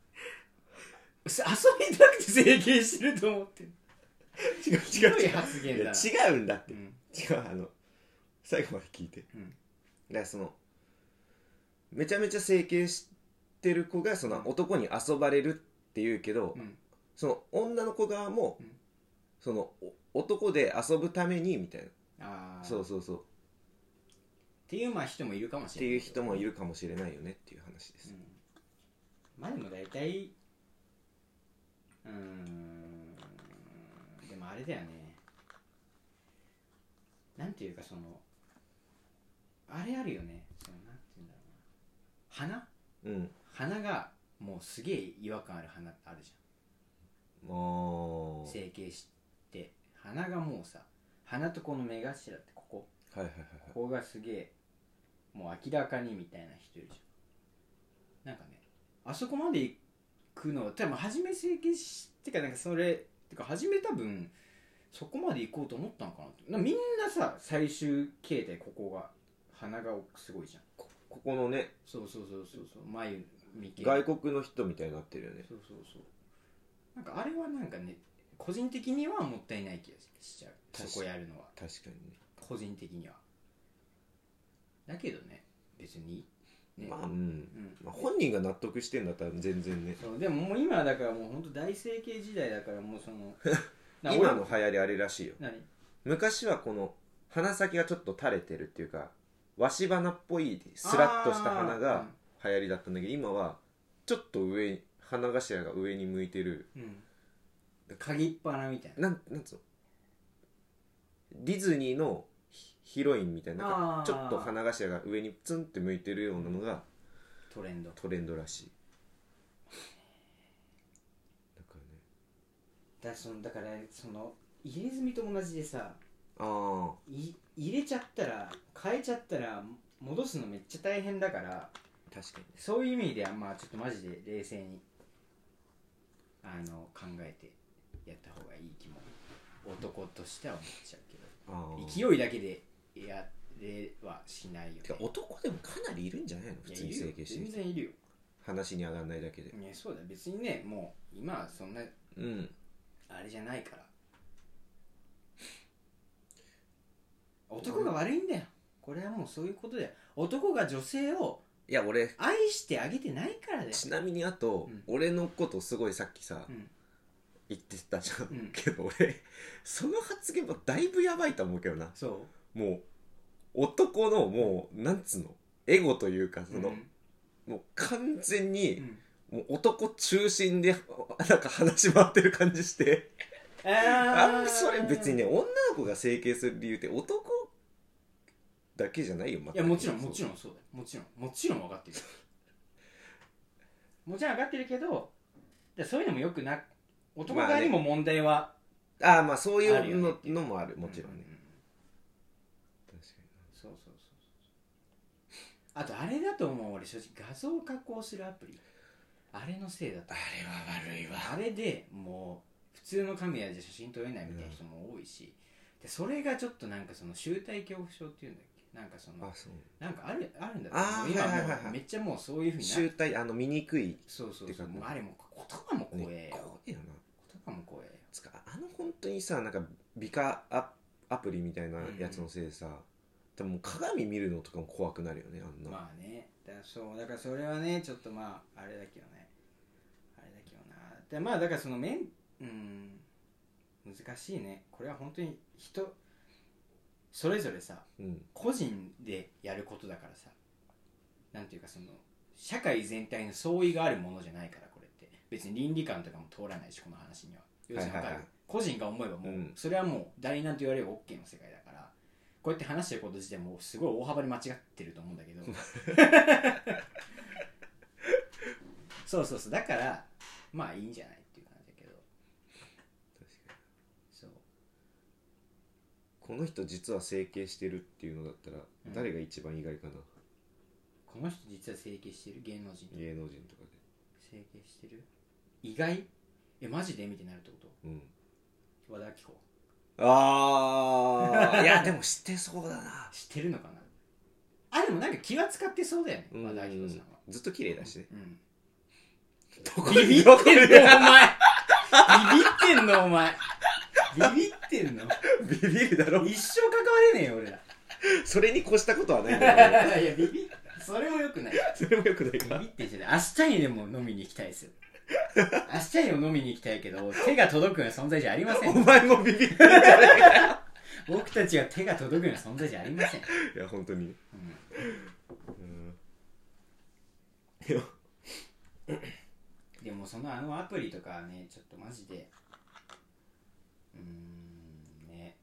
[SPEAKER 2] 遊びたくて整形してると思ってる。
[SPEAKER 1] 違う違う違う
[SPEAKER 2] 発言だな。
[SPEAKER 1] 違うんだって、うん、違うあの最後まで聞いて、うん、だからそのめちゃめちゃ整形してる子がその男に遊ばれるっていうけど、うん、その女の子側も、うん、その男で遊ぶためにみたいな、あそうそうそう
[SPEAKER 2] っていうまあ人もいるかもしれない、
[SPEAKER 1] っていう人もいるかもしれないよねっていう話です、
[SPEAKER 2] うん、まあでも大体うーんでもあれだよね、なんていうかそのあれあるよね、そのなんていうんだろうな、花、うん、花がもうすげえ違和感ある花ってあるじゃん。もう整形して花がもうさ、鼻とこの目頭ってここ、はいはいはいはい、ここがすげえもう明らかにみたいな人いるじゃん。なんかねあそこまで行くの多分初め整形してかなんかそれてか初め多分そこまで行こうと思ったのかなって。なみんなさ最終形態ここが鼻がすごいじゃん。
[SPEAKER 1] こ, ここのね
[SPEAKER 2] そうそうそうそうそう眉
[SPEAKER 1] 眉外国の人みたいになってるよね。
[SPEAKER 2] そうそうそうなんかあれはなんかね個人的にはもったいない気がしちゃう、そこやるのは。
[SPEAKER 1] 確かにね
[SPEAKER 2] 個人的にはだけどね別に、ね、
[SPEAKER 1] まあうん、うんまあ、本人が納得してんだったら全然ね。
[SPEAKER 2] そうでももう今はだからもう本当大整形時代だからもうその
[SPEAKER 1] 今の流行りあれらしいよ。
[SPEAKER 2] 何
[SPEAKER 1] 昔はこの鼻先がちょっと垂れてるっていうかわし鼻っぽいスラッとした鼻が流行りだったんだけど、今はちょっと上に鼻頭が上に向いてる、うん、
[SPEAKER 2] 鍵っ鼻みたいな
[SPEAKER 1] なんなんつうのディズニーのヒロインみたいな、なんかちょっと鼻頭が上にツンって向いてるようなのが
[SPEAKER 2] トレンド
[SPEAKER 1] トレンドらしい。だからね、
[SPEAKER 2] だからそのだからその入れ墨と同じでさ、
[SPEAKER 1] あ
[SPEAKER 2] い入れちゃったら変えちゃったら戻すのめっちゃ大変だから、
[SPEAKER 1] 確かに
[SPEAKER 2] そういう意味ではまあちょっとマジで冷静にあの考えてやった方がいい気も男としては思っちゃうけど、勢いだけでやれはしないよね。
[SPEAKER 1] てか男でもかなりいるんじゃないの、普通に整形してる。
[SPEAKER 2] 全然いるよ。話
[SPEAKER 1] に上がんないだけで。
[SPEAKER 2] いやそうだ、別にね、もう今はそんな、
[SPEAKER 1] うん、
[SPEAKER 2] あれじゃないから。男が悪いんだよ。これはもうそういうことだよ。男が女性を
[SPEAKER 1] いや俺
[SPEAKER 2] 愛してあげてないからだよ。
[SPEAKER 1] ちなみにあと、うん、俺のことすごいさっきさ、うん、言ってたじゃん、うん、けど俺その発言もだいぶやばいと思うけどな。
[SPEAKER 2] そう
[SPEAKER 1] もう男のもうなんつうのエゴというかその、うん、もう完全に、うん、もう男中心でなんか話し回ってる感じしてあんそれ別にね、女の子が整形する理由って男だけじゃないよ。
[SPEAKER 2] いやもちろんもちろんそうだよ。もちろんもちろん分かってるもちろん分かってるけど、そういうのもよくな、男側にも問題は、
[SPEAKER 1] まあね、ああまあそういうの、のもある、もちろんね、うんうん、確かに
[SPEAKER 2] そうそうそうそう。あとあれだと思う俺、正直画像加工するアプリ、あれのせいだと。
[SPEAKER 1] あれは悪いわ。
[SPEAKER 2] あれでもう普通のカメラで写真撮れないみたいな人も多いし、うん、でそれがちょっとなんかその集体恐怖症っていうんだっけ、なんかその、
[SPEAKER 1] あそう
[SPEAKER 2] なんかあるあるんだ
[SPEAKER 1] あ
[SPEAKER 2] 今もう、
[SPEAKER 1] はいはいはい、
[SPEAKER 2] めっちゃもうそういうふうに
[SPEAKER 1] 集体あの見にくい。
[SPEAKER 2] そうそうそう、もうあれも言葉も怖えよ、ね、
[SPEAKER 1] 怖えよな。
[SPEAKER 2] 言葉も怖えよ。
[SPEAKER 1] つかあの本当にさ、なんか美化アアプリみたいなやつのせいでさ、うんうん、多分鏡見るのとかも怖くなるよね、あんな。
[SPEAKER 2] まあね、だからそうだからそれはねちょっとまああれだけどね、あれだけどな。でまあだからその面うん難しいね。これは本当に人それぞれさ、うん、個人でやることだからさ、なんていうかその社会全体の相違があるものじゃないから、これって別に倫理観とかも通らないし、この話には。要するに分かる、はいはいはい、個人が思えばもう、うん、それはもう誰になんて言われれば OK の世界だから、こうやって話してること自体もすごい大幅に間違ってると思うんだけどそうそうそう、だからまあいいんじゃないっていう感じだけど。
[SPEAKER 1] 確かにそう、この人実は整形してるっていうのだったら誰が一番意外かな、うん、
[SPEAKER 2] この人実は整形してる芸能人
[SPEAKER 1] 芸能人とかで
[SPEAKER 2] 整形してる意外えマジでみたいになるってこと。うん、和田アキ子。
[SPEAKER 1] ああいやでも知ってそうだな。
[SPEAKER 2] 知ってるのかなあ。でもなんか気は使ってそうだよね、和田アキ子さんは。
[SPEAKER 1] ずっと綺麗だしね、うんうん、
[SPEAKER 2] ビビってんのお前ビビってんのお前ビビってんの
[SPEAKER 1] ビビるだろ。
[SPEAKER 2] 一生関われねえよ俺ら。
[SPEAKER 1] それに越したことはないんだ
[SPEAKER 2] けどいやビビそれもよくない。
[SPEAKER 1] それもよくないか。
[SPEAKER 2] ビビってんじゃない。明日にでも飲みに行きたいですよ。明日にも飲みに行きたいけど手が届くような存在じゃありません。
[SPEAKER 1] お前もビビってんじゃないか
[SPEAKER 2] 僕たちは手が届くような存在じゃありません。い
[SPEAKER 1] や本当に、うん
[SPEAKER 2] うん、でもそのあのアプリとかねちょっとマジでうーんね、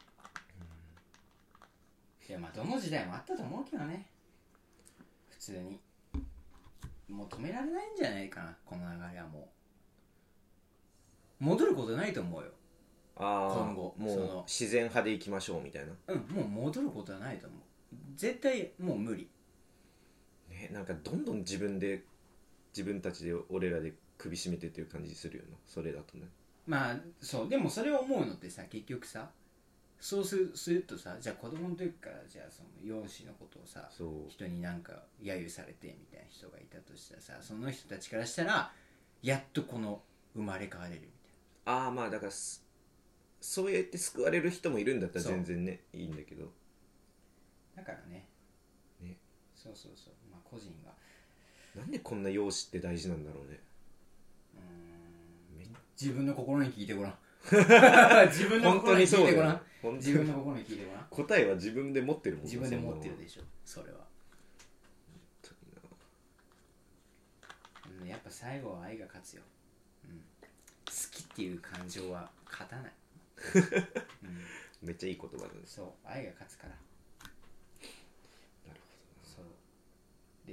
[SPEAKER 2] うん、いやまあどの時代もあったと思うけどね、普通にもう止められないんじゃないかな、この流れは。もう戻ることないと思うよ。
[SPEAKER 1] あ今後もう自然派でいきましょうみたいな。
[SPEAKER 2] うん、もう戻ることはないと思う。絶対もう無理
[SPEAKER 1] ね。なんかどんどん自分で自分たちで俺らで首絞めてっていう感じするよな、それだとね。
[SPEAKER 2] まあそう、でもそれを思うのってさ、結局さ、そうする、するとさ、じゃあ子供の時からじゃあその容姿のことをさ、人になんか揶揄されてみたいな人がいたとしたらさ、その人たちからしたらやっとこの生まれ変われるみたいな。
[SPEAKER 1] ああまあだからそうやって救われる人もいるんだったら全然ねいいんだけど、
[SPEAKER 2] だからね
[SPEAKER 1] ね、
[SPEAKER 2] そうそうそう、まあ個人が
[SPEAKER 1] なんでこんな容姿って大事なんだろうね。
[SPEAKER 2] うーん、自分の心に聞いてごらん自分の心に聞いてごらん。自分の心に聞いてごらん。
[SPEAKER 1] 答えは自分で持ってるもん。
[SPEAKER 2] 自分で持ってるでしょそれは。うん、やっぱ最後は愛が勝つよ、うん、好きっていう感情は勝たない、
[SPEAKER 1] うん、めっちゃいい言葉だね。
[SPEAKER 2] そう、愛が勝つから。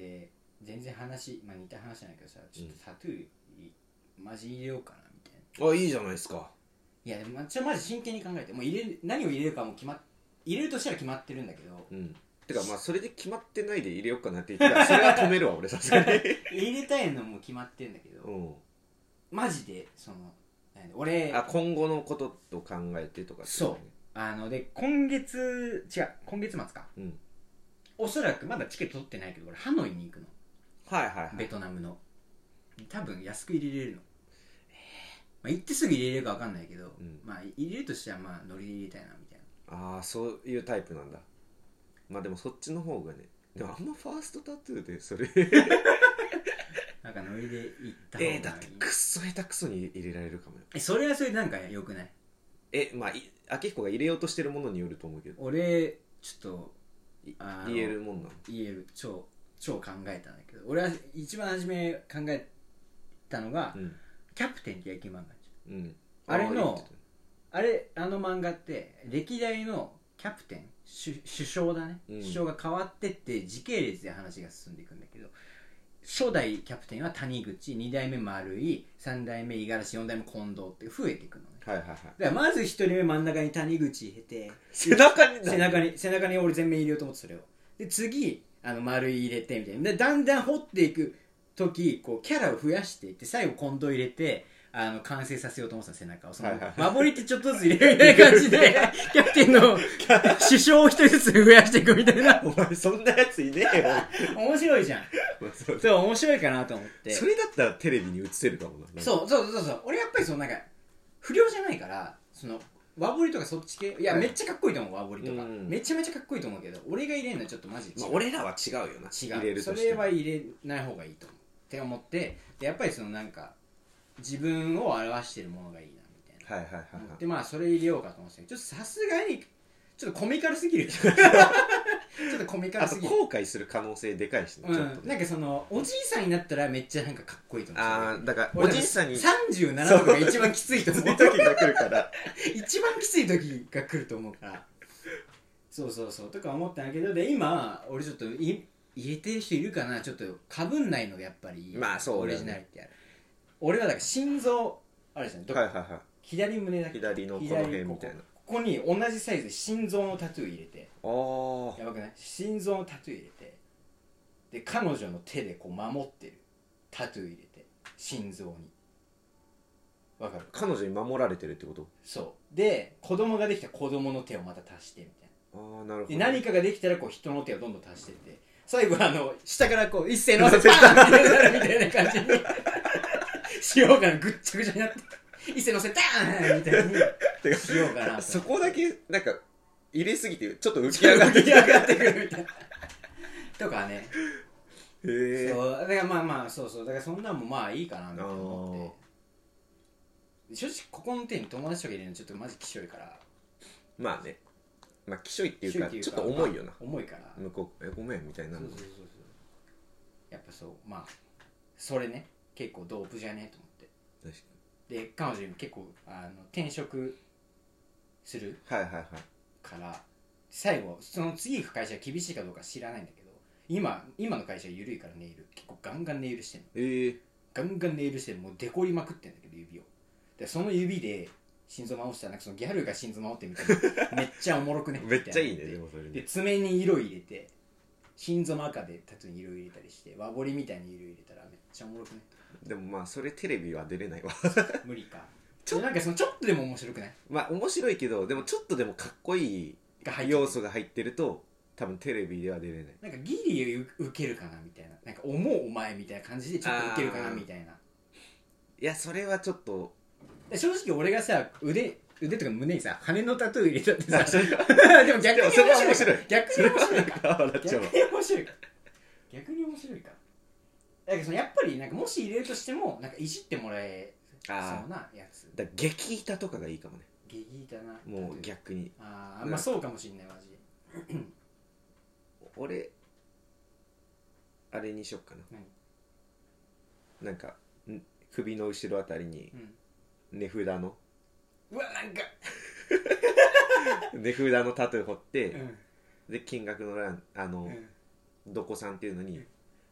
[SPEAKER 2] で全然話、まあ、似た話じゃないけどさ、ちょっとタトゥーマジ入れようかなみたい
[SPEAKER 1] な。あ、いいじゃないですか。
[SPEAKER 2] いやでもちょマジ真剣に考えて、もう入れる何を入れるかも決まっ入れるとしたら決まってるんだけど、
[SPEAKER 1] うん、てかまあそれで決まってないで入れようかなって言ったらそれは止めるわ俺さすがに
[SPEAKER 2] 入れたいのも決まってるんだけど、うん、マジでその俺
[SPEAKER 1] あ今後のことと考えてとか、ね、
[SPEAKER 2] そうあので今月違う今月末か、うん、おそらくまだチケット取ってないけど俺ハノイに行くの。
[SPEAKER 1] はいはい、はい、
[SPEAKER 2] ベトナムの多分安く入れれるの、えーまあ、行ってすぐ入れれるか分かんないけど、うん、まあ入れるとしてはまあノリで入れたいなみたい
[SPEAKER 1] な。ああそういうタイプなんだ。まあでもそっちの方がね、でもあんまファーストタトゥーでそれ
[SPEAKER 2] なんかノリで行った方がいい。
[SPEAKER 1] えー、だってクソ下手くそに入れられるかもよ。
[SPEAKER 2] えそれはそれなんかよくない？
[SPEAKER 1] えまあ明彦が入れようとしてるものによると思うけど、
[SPEAKER 2] 俺ちょっと
[SPEAKER 1] 言えるもんなの？
[SPEAKER 2] 言える。超超考えたんだけど、俺は一番初め考えたのが、うん、キャプテンって野球漫画じゃん、うん、あれのあれあの漫画って歴代のキャプテン首相だね、うん、首相が変わってって時系列で話が進んでいくんだけど、初代キャプテンは谷口、に代目丸井、さん代目五十嵐、よん代目近藤って増えていくのね。
[SPEAKER 1] はいはいはい。
[SPEAKER 2] だからまずひとりめ真ん中に谷口入れて、
[SPEAKER 1] 背中に
[SPEAKER 2] 背中に背中に俺全面入れようと思ってそれを。で次あの丸井入れてみたいな。でだんだん掘っていく時こうキャラを増やしていって最後近藤入れて。あの完成させようと思ってた背中をその、はいはいはい、守りってちょっとずつ入れるみたいな感じでキャプテンの首相を一人ずつ増やしていくみたいな。
[SPEAKER 1] お前そんなやついねえよ
[SPEAKER 2] 面白いじゃんそうそう面白いかなと思って。
[SPEAKER 1] それだったらテレビに映せるかもな。
[SPEAKER 2] そうそうそうそう俺やっぱりそのなんか不良じゃないからその和彫りとかそっち系いや、はい、めっちゃかっこいいと思う和彫りとか、うん、めちゃめちゃかっこいいと思うけど俺が入れるのはちょっとマジで違う、
[SPEAKER 1] まあ、俺らは違うよな。
[SPEAKER 2] 違う入れるとしてそれは入れない方がいいと思うって思ってでやっぱりそのなんか自分を表してるものがいいなみたいな、
[SPEAKER 1] はいはいはい、はい、
[SPEAKER 2] でまあそれ入れようかと思ってちょっとさすがにちょっとコミカルすぎるちょっとコミカルすぎる。
[SPEAKER 1] あと後悔する可能性でかいしね、
[SPEAKER 2] うん、
[SPEAKER 1] ちょっとね、
[SPEAKER 2] なんかそのおじいさんになったらめっちゃなんかかっこいいと思う。
[SPEAKER 1] ああだからおじいさんに
[SPEAKER 2] さんじゅうななとかが一番きついと思う
[SPEAKER 1] 時が来るから
[SPEAKER 2] 一番きつい時が来ると思うからそうそうそうとか思ったんだけどで今俺ちょっとい入れてる人いるかなちょっとかぶんないのがやっぱり
[SPEAKER 1] まあそう、ね、
[SPEAKER 2] オリジナリティある。俺はだから心臓あれですね、
[SPEAKER 1] はいはいはい、
[SPEAKER 2] 左胸だけ
[SPEAKER 1] 左のこの辺みたいな
[SPEAKER 2] こ, ここに同じサイズで心臓のタトゥー入れて
[SPEAKER 1] あ
[SPEAKER 2] やばくない？心臓のタトゥー入れてで彼女の手でこう守ってるタトゥー入れて心臓にわかる？
[SPEAKER 1] 彼女に守られてるってこと？
[SPEAKER 2] そうで子供ができたら子供の手をまた足してみたいな。
[SPEAKER 1] ああなるほど。
[SPEAKER 2] で何かができたらこう人の手をどんどん足してって最後はあの下からこう一斉のせパーンみたいなみたいな感じにしようかな。ぐっちゃぐちゃになって一斉のせターンみたいにしようかな
[SPEAKER 1] そこだけなんか入れすぎてちょっと浮き上がって
[SPEAKER 2] 浮き上がってくるみたいなとかね。
[SPEAKER 1] へえ。
[SPEAKER 2] そうだからまあまあそうそうだからそんなんもまあいいかなみたいな思って正直ここの手に友達とか入れるのちょっとマジきしょいから
[SPEAKER 1] まあねまあきしょいっていうかちょっと重いよな、まあ、
[SPEAKER 2] 重いから
[SPEAKER 1] 向こうえごめんみたいな。
[SPEAKER 2] そうそうそうそうやっぱそうまあそれね結構ドープじゃねえと思って
[SPEAKER 1] 確か
[SPEAKER 2] に。で彼女に結構あの転職する
[SPEAKER 1] はいはいはい
[SPEAKER 2] から最後その次行く会社が厳しいかどうか知らないんだけど今今の会社は緩いからネイル結構ガンガンネイルしてんの。
[SPEAKER 1] えー、
[SPEAKER 2] ガンガンネイルしてもうデコりまくってんだけど指をでその指で心臓直したらなんかそのギャルが心臓直ってみたいなめっちゃおもろくね
[SPEAKER 1] めっちゃいいね。でもそれ
[SPEAKER 2] で爪に色入れて心臓の赤でタトゥーに色入れたりして和彫りみたいに色入れたらめっちゃおもろくね。
[SPEAKER 1] でもまあそれテレビは出れないわ
[SPEAKER 2] 無理かちょなんかそのちょっとでも面白くない？
[SPEAKER 1] まあ面白いけどでもちょっとでもかっこいい要素が入ってると多分テレビでは出れない。
[SPEAKER 2] なんかギリ受けるかなみたいななんか思うお前みたいな感じでちょっと受けるかなみたいな。
[SPEAKER 1] いやそれはちょっと
[SPEAKER 2] 正直俺がさ腕腕とか胸にさ羽のタトゥー入れたってさでも逆に面白い逆に面白いか逆に面白いか逆に面白いかだけどそのやっぱりなんかもし入れるとしてもなんかいじってもらえそうなやつ
[SPEAKER 1] だ激痛とかがいいかもね。
[SPEAKER 2] 激痛な
[SPEAKER 1] もう逆に
[SPEAKER 2] ああまあそうかもしんないマジで
[SPEAKER 1] 俺あれにしよっかな。なんか首の後ろあたりに値札の、
[SPEAKER 2] うん、うわなんか
[SPEAKER 1] 値札のタトゥー彫って、うん、で金額の欄あの、うん、どこさんっていうのに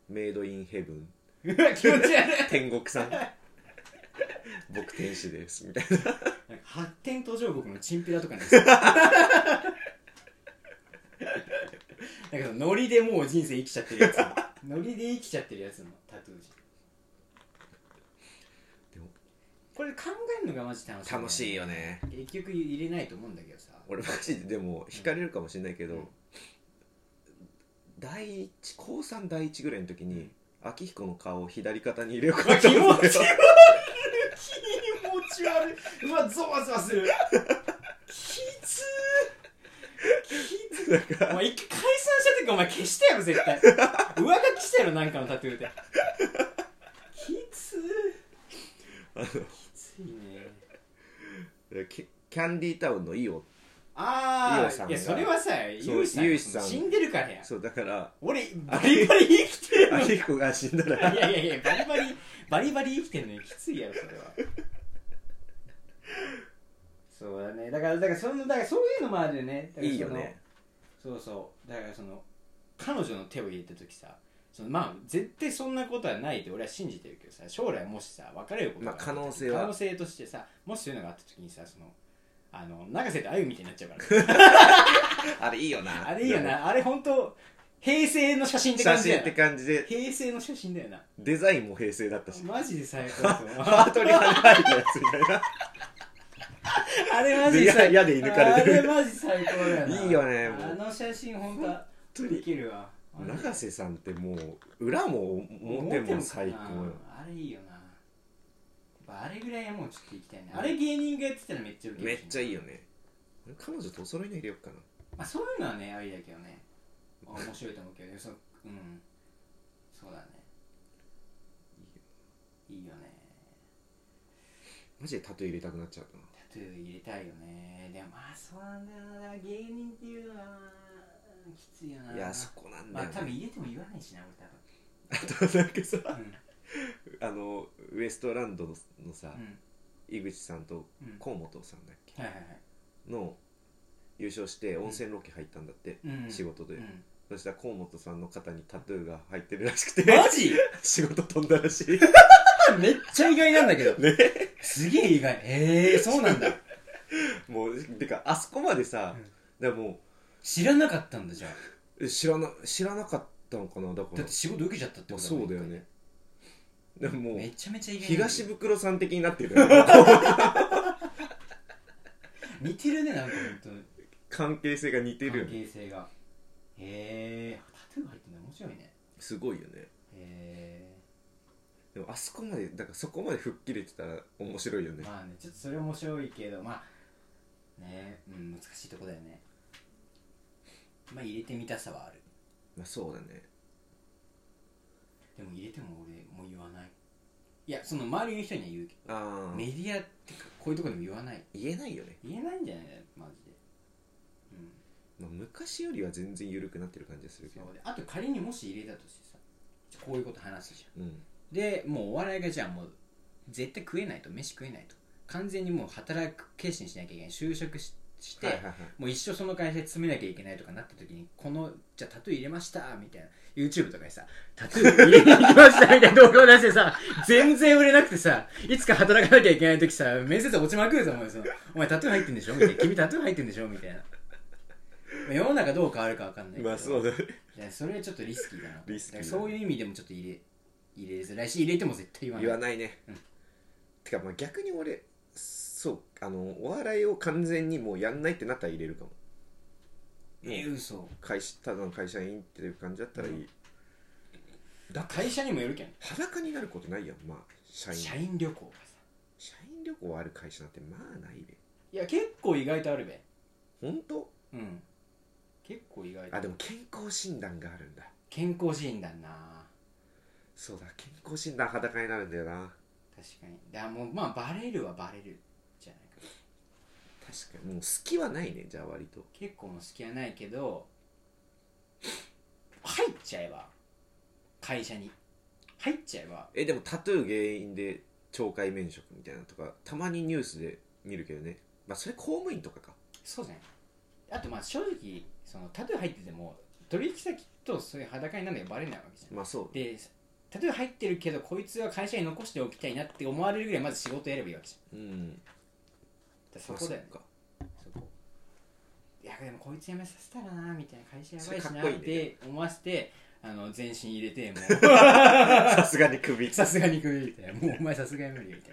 [SPEAKER 1] メイドインヘブン
[SPEAKER 2] うわ気持ち悪い
[SPEAKER 1] 天国さん僕天使ですみたいな
[SPEAKER 2] なんか発展途上国のチンピラとかねなんかそのノリでもう人生生きちゃってるやつノリで生きちゃってるやつのタトゥーじゃん。でもこれ考えるのがマジ楽しい、ね、
[SPEAKER 1] 楽しいよね。
[SPEAKER 2] 結局入れないと思うんだけどさ
[SPEAKER 1] 俺マジででも惹かれるかもしれないけど、うん、第一高さん第一ぐらいの時に明彦の顔を左肩に入れようかなと思って気持ち悪い気持ち悪いうわゾワゾワする
[SPEAKER 2] きつーきつーお前一回解散した時お前消したやろ絶対上書きしたやろなんかのタトゥーできつーきついね
[SPEAKER 1] キャンディータウンのイオ
[SPEAKER 2] ああいやそれはさユウシさん死んでるからや
[SPEAKER 1] そうだから
[SPEAKER 2] 俺バリバリ生きてるの
[SPEAKER 1] 明彦が死んだら
[SPEAKER 2] いやいやいやバリバリバリバリ生きてるのにきついやろそれはそうだねだからだからそのだからそういうのもあるよねだからいいよねそうそうだからその彼女の手を入れた時さそのまあ絶対そんなことはないって俺は信じてるけどさ将来もしさ別れることがあった時、まあ、可能性は可能性としてさもしそういうのがあった時にさそのあの永瀬とあゆみたいになっちゃうから
[SPEAKER 1] あれいいよな
[SPEAKER 2] あれいいよなあれ本当平成の写真って感じだよな
[SPEAKER 1] 写真って感じで
[SPEAKER 2] 平成の写真だよな
[SPEAKER 1] デザインも平成だったし
[SPEAKER 2] マジで最高だと思う
[SPEAKER 1] ハートに跳ねられたやつみたいな
[SPEAKER 2] あれマジで
[SPEAKER 1] 最高で射抜かれてる
[SPEAKER 2] あれマジ最高だよない
[SPEAKER 1] いよね
[SPEAKER 2] もうあの写真本当できるわ
[SPEAKER 1] 永瀬さんってもう裏も表も最高よ
[SPEAKER 2] あれいいよなあれぐらいはもうちょっと行きたいねあれ芸人がやってたらめっちゃウケる
[SPEAKER 1] めっちゃいいよね彼女とお揃いの入れようかな
[SPEAKER 2] まあそういうのはねありだけどね面白いと思うけどそうんそうだねいいよいいよね
[SPEAKER 1] マジでタトゥー入れたくなっちゃうな
[SPEAKER 2] タトゥー入れたいよねでもまあそうなんだよな芸人っていうのはきついよない
[SPEAKER 1] やそこなんだよ、ね、
[SPEAKER 2] まあ多分入れても言わないしな俺
[SPEAKER 1] 多分あとなんかさ、うんあのウエストランド の, のさ、うん、井口さんと河本さんだっけ、
[SPEAKER 2] うんはいはいはい、
[SPEAKER 1] の優勝して温泉ロケ入ったんだって、うん、仕事で、うん、そしたら河本さんの肩にタトゥーが入ってるらしくて
[SPEAKER 2] マジ
[SPEAKER 1] 仕事飛んだらしい
[SPEAKER 2] めっちゃ意外なんだけど、
[SPEAKER 1] ね、
[SPEAKER 2] すげえ意外えー、そうなんだ
[SPEAKER 1] もうてかあそこまでさ、うん、だからもう
[SPEAKER 2] 知らなかったんだじゃ
[SPEAKER 1] あ知らな知らなかったのかなだから
[SPEAKER 2] だって仕事受けちゃったってことだもん
[SPEAKER 1] そうだよねでももう
[SPEAKER 2] めちゃめちゃ意外
[SPEAKER 1] 東袋さん的になってるよね
[SPEAKER 2] 似てるねなんか本当に
[SPEAKER 1] 関係性が似てるよね
[SPEAKER 2] 関係性がへえタトゥー入ってるの面白いね
[SPEAKER 1] すごいよね
[SPEAKER 2] へえ
[SPEAKER 1] でもあそこまでだからそこまで吹っ切れてたら面白いよね
[SPEAKER 2] まあねちょっとそれ面白いけどまあねうん難しいとこだよねまあ入れてみたさはある
[SPEAKER 1] まあそうだね
[SPEAKER 2] でも入れても俺もう言わないいやその周りの人には言うけどあメディアってかこういうところでも言わない
[SPEAKER 1] 言えないよね
[SPEAKER 2] 言えないんじゃないマジで
[SPEAKER 1] うん、まあ、昔よりは全然緩くなってる感じがするけど
[SPEAKER 2] そうであと仮にもし入れたとしてさこういうこと話すじゃん、うん、でもうお笑いがじゃあもう絶対食えないと飯食えないと完全にもう働く決心しなきゃいけない就職しして、はいはいはい、もう一生その会社で詰めなきゃいけないとかなった時にこのじゃあタトゥー入れましたみたいな YouTube とかにさタトゥー入れに行きましたみたいな動画を出してさ全然売れなくてさいつか働かなきゃいけない時さ面接落ちまくると思うよお前タトゥー入ってんでしょみたいな君タトゥー入ってんでしょみたいな世の中どう変わるか分かんないけどまあそうだねいやそれはちょっとリスキーだなリスキーだそういう意味でもちょっと入れ入れづらいし入れても絶対言わない
[SPEAKER 1] 言わないね、うん、てかまあ逆に俺そうあのお笑いを完全にもうやんないってなったら入れるかも
[SPEAKER 2] えー、嘘
[SPEAKER 1] 会社ただの会社員っていう感じだったらいい、うん、
[SPEAKER 2] だ会社にもよるけん
[SPEAKER 1] 裸になることないやんまあ社員
[SPEAKER 2] 社員旅行がさ
[SPEAKER 1] 社員旅行ある会社なんてまあないべ
[SPEAKER 2] いや結構意外とあるべ
[SPEAKER 1] ほんと
[SPEAKER 2] うん結構意外と
[SPEAKER 1] あでも健康診断があるんだ
[SPEAKER 2] 健康診断な
[SPEAKER 1] そうだ健康診断裸になるんだよな
[SPEAKER 2] 確かにだもうまあバレるはバレるじゃないか
[SPEAKER 1] 確かにもう好きはないねじゃあ割と
[SPEAKER 2] 結構も好きはないけど入っちゃえば会社に入っちゃえば
[SPEAKER 1] えでもタトゥー原因で懲戒免職みたいなのとかたまにニュースで見るけどねまあそれ公務員とかか
[SPEAKER 2] そうじゃないあとまあ正直そのタトゥー入ってても取引先とそういう裸になるのがバレないわけじゃん。
[SPEAKER 1] まあそう
[SPEAKER 2] で例えば入ってるけどこいつは会社に残しておきたいなって思われるぐらいまず仕事やればいいわけじゃん。うんだそこだよね、まあ、そこいやでもこいつ辞めさせたらなみたいな会社やばいしなって思わせてあの全身入れてもう
[SPEAKER 1] さすがに首
[SPEAKER 2] さすがに首みたいなもうお前さすがに無理みたいな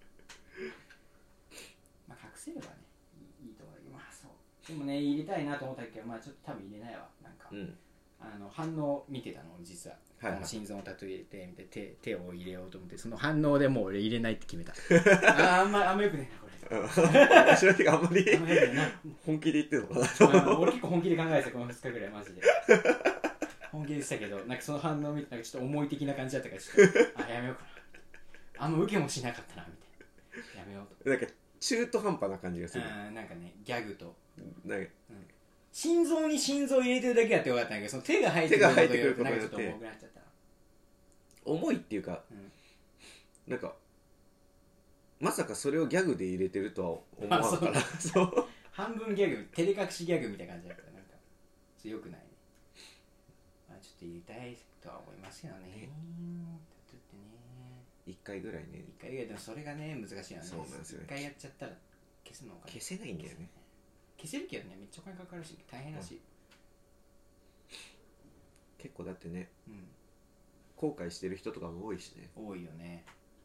[SPEAKER 2] まあ隠せればねいいと思う。まあそうでもね入れたいなと思ったけどまあちょっと多分入れないわなんか、うん、あの反応見てたの実は、はいはい、心臓のタトゥー入れてみたい手手を入れようと思ってその反応でもう俺入れないって決めたあーあんまあんまよくねえなこれ
[SPEAKER 1] 私はあんまり本気で言ってるのか
[SPEAKER 2] な俺結構本気で考えてたこのふつかぐらいマジで本気でしたけどなんかその反応見てなんかちょっと重い的な感じだったからちょっとあやめようかなあんま受けもしなかったなみたいなやめようと
[SPEAKER 1] なんか中途半端な感じがする
[SPEAKER 2] あなんかねギャグと
[SPEAKER 1] なんか、
[SPEAKER 2] うん、心臓に心臓入れてるだけやってよかったんだけどその手が入ってくることなんかちょっと重くなっちゃったな
[SPEAKER 1] 重いっていうか、うん、なんかまさかそれをギャグで入れてるとは思わなかったからそう
[SPEAKER 2] 半分ギャグ照れ隠しギャグみたいな感じだからなんかよくないね、まあ、ちょっと入れたいとは思いますよねタトゥーってね
[SPEAKER 1] いっかいぐらいね
[SPEAKER 2] いっかいぐらいでもそれがね難しいよね
[SPEAKER 1] そうなんですよね
[SPEAKER 2] いっかいやっちゃったら消すのか
[SPEAKER 1] 消せないんだよね
[SPEAKER 2] 消せるけどねめっちゃお金かかるし大変だし、うん、
[SPEAKER 1] 結構だってね、うん、後悔してる人とかも多いしね
[SPEAKER 2] 多いよね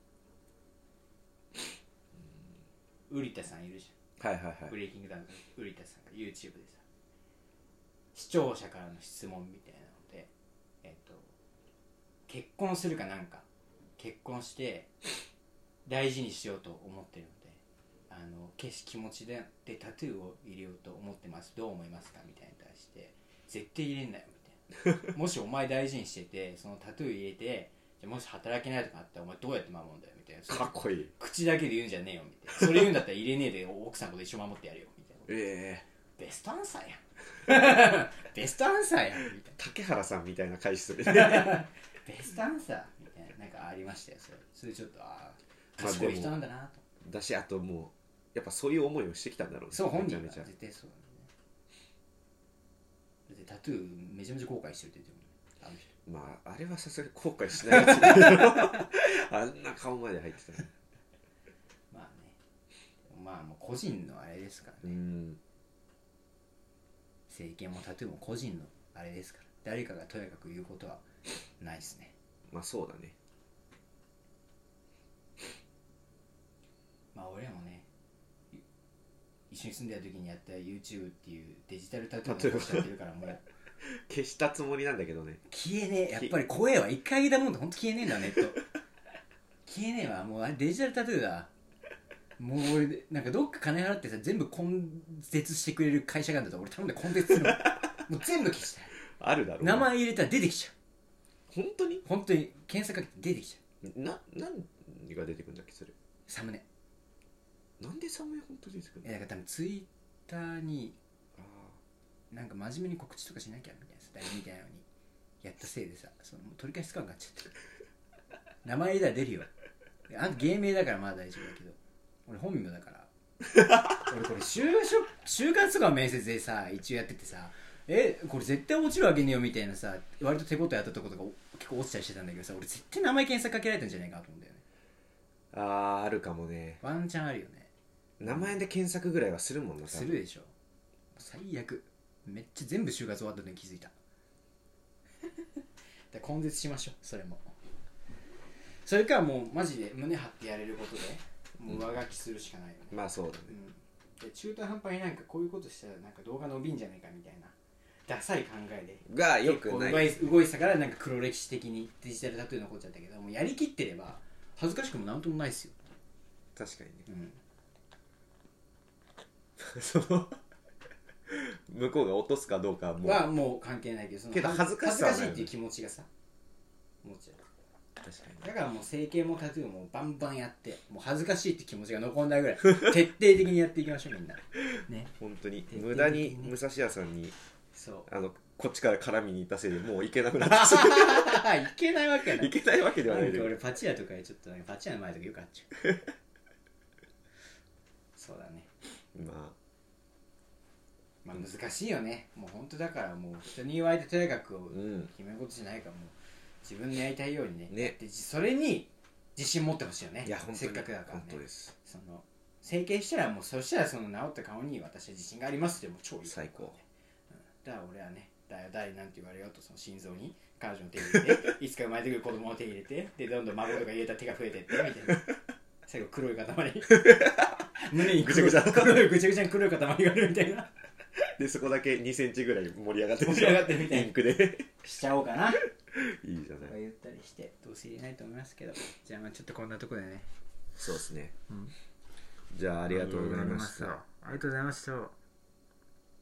[SPEAKER 2] 瓜田さんいるじ
[SPEAKER 1] ゃんはいはいはい
[SPEAKER 2] ブレイキングダウンの瓜田さんが YouTube でさ視聴者からの質問みたいなのでえっと結婚するかなんか結婚して大事にしようと思ってるのであの消し気持ちででタトゥーを入れようと思ってますどう思いますかみたいに対して絶対入れんなよみたいなもしお前大事にしててそのタトゥー入れてじゃもし働けないとかあったらお前どうやって守るんだよみたいな
[SPEAKER 1] かっこいい
[SPEAKER 2] 口だけで言うんじゃねえよみたいなそれ言うんだったら入れねえで奥さんと一緒守ってやるよみたいな
[SPEAKER 1] え
[SPEAKER 2] えー、ベストアンサーやんベストアンサーやんみたいな
[SPEAKER 1] 竹原さんみたいな返しする
[SPEAKER 2] ベストアンサーみたいななんかありましたよそれそれちょっとああ賢い人なんだなと、ま
[SPEAKER 1] あ、だしあともうやっぱそういう思いをしてきたんだろうね
[SPEAKER 2] そう本人は絶対そうだねだってタトゥーめちゃめちゃ後悔してるって言ってるあの人
[SPEAKER 1] まああれはさすがに後悔しないやつあんな顔まで入ってたね
[SPEAKER 2] まあねまあもう個人のあれですからねうん整形もタトゥーも個人のあれですから誰かがとやかく言うことはないですね
[SPEAKER 1] まあそうだね
[SPEAKER 2] まあ俺らもね一緒に住んでた時にやった YouTube っていうデジタルタトゥーを残しちゃってるからもう
[SPEAKER 1] 消したつもりなんだけどね
[SPEAKER 2] 消えねえやっぱり声は一回上げたもんでほんと消えねえんだネット消えねえわもうあれデジタルタトゥーだもう俺なんかどっか金払ってさ全部根絶してくれる会社があるんだったら俺頼んで根絶するわもう全部消したい
[SPEAKER 1] あるだろう
[SPEAKER 2] 名前入れたら出てきちゃ
[SPEAKER 1] う本当に
[SPEAKER 2] 本当に検索かけて出てきちゃ
[SPEAKER 1] うな何が出てくるんだっけそれ
[SPEAKER 2] サムネ
[SPEAKER 1] なんでサムネ本当に出てくるの
[SPEAKER 2] いやだから多分ツイッターになんか真面目に告知とかしなきゃみたいな誰みたいなのにやったせいでさその取り返しつかんかっちゃって名前入れたら出るよあんた芸名だからまだ大丈夫だけど俺本名だから俺これ就職就活とかの面接でさ一応やっててさえこれ絶対落ちるわけねえよみたいなさ割と手応えあったとことか結構落ちたりしてたんだけどさ俺絶対名前検索かけられたんじゃないかなと思うんだよね
[SPEAKER 1] あーあるかもね
[SPEAKER 2] ワンチャンあるよね
[SPEAKER 1] 名前で検索ぐらいはするもんな
[SPEAKER 2] するでしょ最悪めっちゃ全部就活終わったのに気づいた根絶しましょうそれもそれからもうマジで胸張ってやれることでもう上書きするしかないよね、
[SPEAKER 1] うん、まあそうだね、
[SPEAKER 2] うん、で中途半端になんかこういうことしたらなんか動画伸びんじゃないかみたいなダサい考えで
[SPEAKER 1] がよくない
[SPEAKER 2] 結構動いてたからなんか黒歴史的にデジタルタトゥー残っちゃったけどもうやりきってれば恥ずかしくもなんともないですよ
[SPEAKER 1] 確かにね、
[SPEAKER 2] うん、
[SPEAKER 1] その向こうが落とすかどうか
[SPEAKER 2] はもうはもう関係ないけどその
[SPEAKER 1] けど恥ずかしさはない
[SPEAKER 2] 恥ずかしいっていう気持ちがさ持っちゃう
[SPEAKER 1] 確かに
[SPEAKER 2] だからもう整形もタトゥーもバンバンやってもう恥ずかしいって気持ちが残んないぐらい徹底的にやっていきましょうみんなね
[SPEAKER 1] 本当に無駄に武蔵屋さんにそうあのこっちから絡みに行ったせいでもう行けなくなって
[SPEAKER 2] いけないわけない
[SPEAKER 1] いけないわけではない
[SPEAKER 2] で俺パチ屋とかでちょっとパチ屋の前とかよくあっちゃうそうだね
[SPEAKER 1] まあ
[SPEAKER 2] まあ難しいよね、もう本当だからもう人に言われてとにかく決めることじゃないから、もう自分のやりたいようにね、
[SPEAKER 1] ね
[SPEAKER 2] でそれに自信持ってほしいよね。
[SPEAKER 1] いや本当に
[SPEAKER 2] せっかくだからね。
[SPEAKER 1] 本当です。
[SPEAKER 2] その整形したらもうそしたらその治った顔に私は自信がありますってもう超いい、
[SPEAKER 1] 最高、うん、
[SPEAKER 2] だから俺はね誰誰なんて言われようとその心臓に彼女の手入れていつか生まれてくる子供の手入れてでどんどん孫とか入れたら手が増えてってみたいな最後黒い塊胸にぐちゃぐちゃ黒いぐちゃぐちゃに黒い塊があるみたいな
[SPEAKER 1] でそこだけにセンチぐらい盛り上がって
[SPEAKER 2] 盛り上がってるみたいな
[SPEAKER 1] インクで
[SPEAKER 2] しちゃおうかな。い
[SPEAKER 1] いいじゃない。
[SPEAKER 2] 言ったりしてどうせ入れないと思いますけど、じゃあまあちょっとこんなところでね。
[SPEAKER 1] そうですね、うん、じゃあありがとうございました。
[SPEAKER 2] ありがとうございました。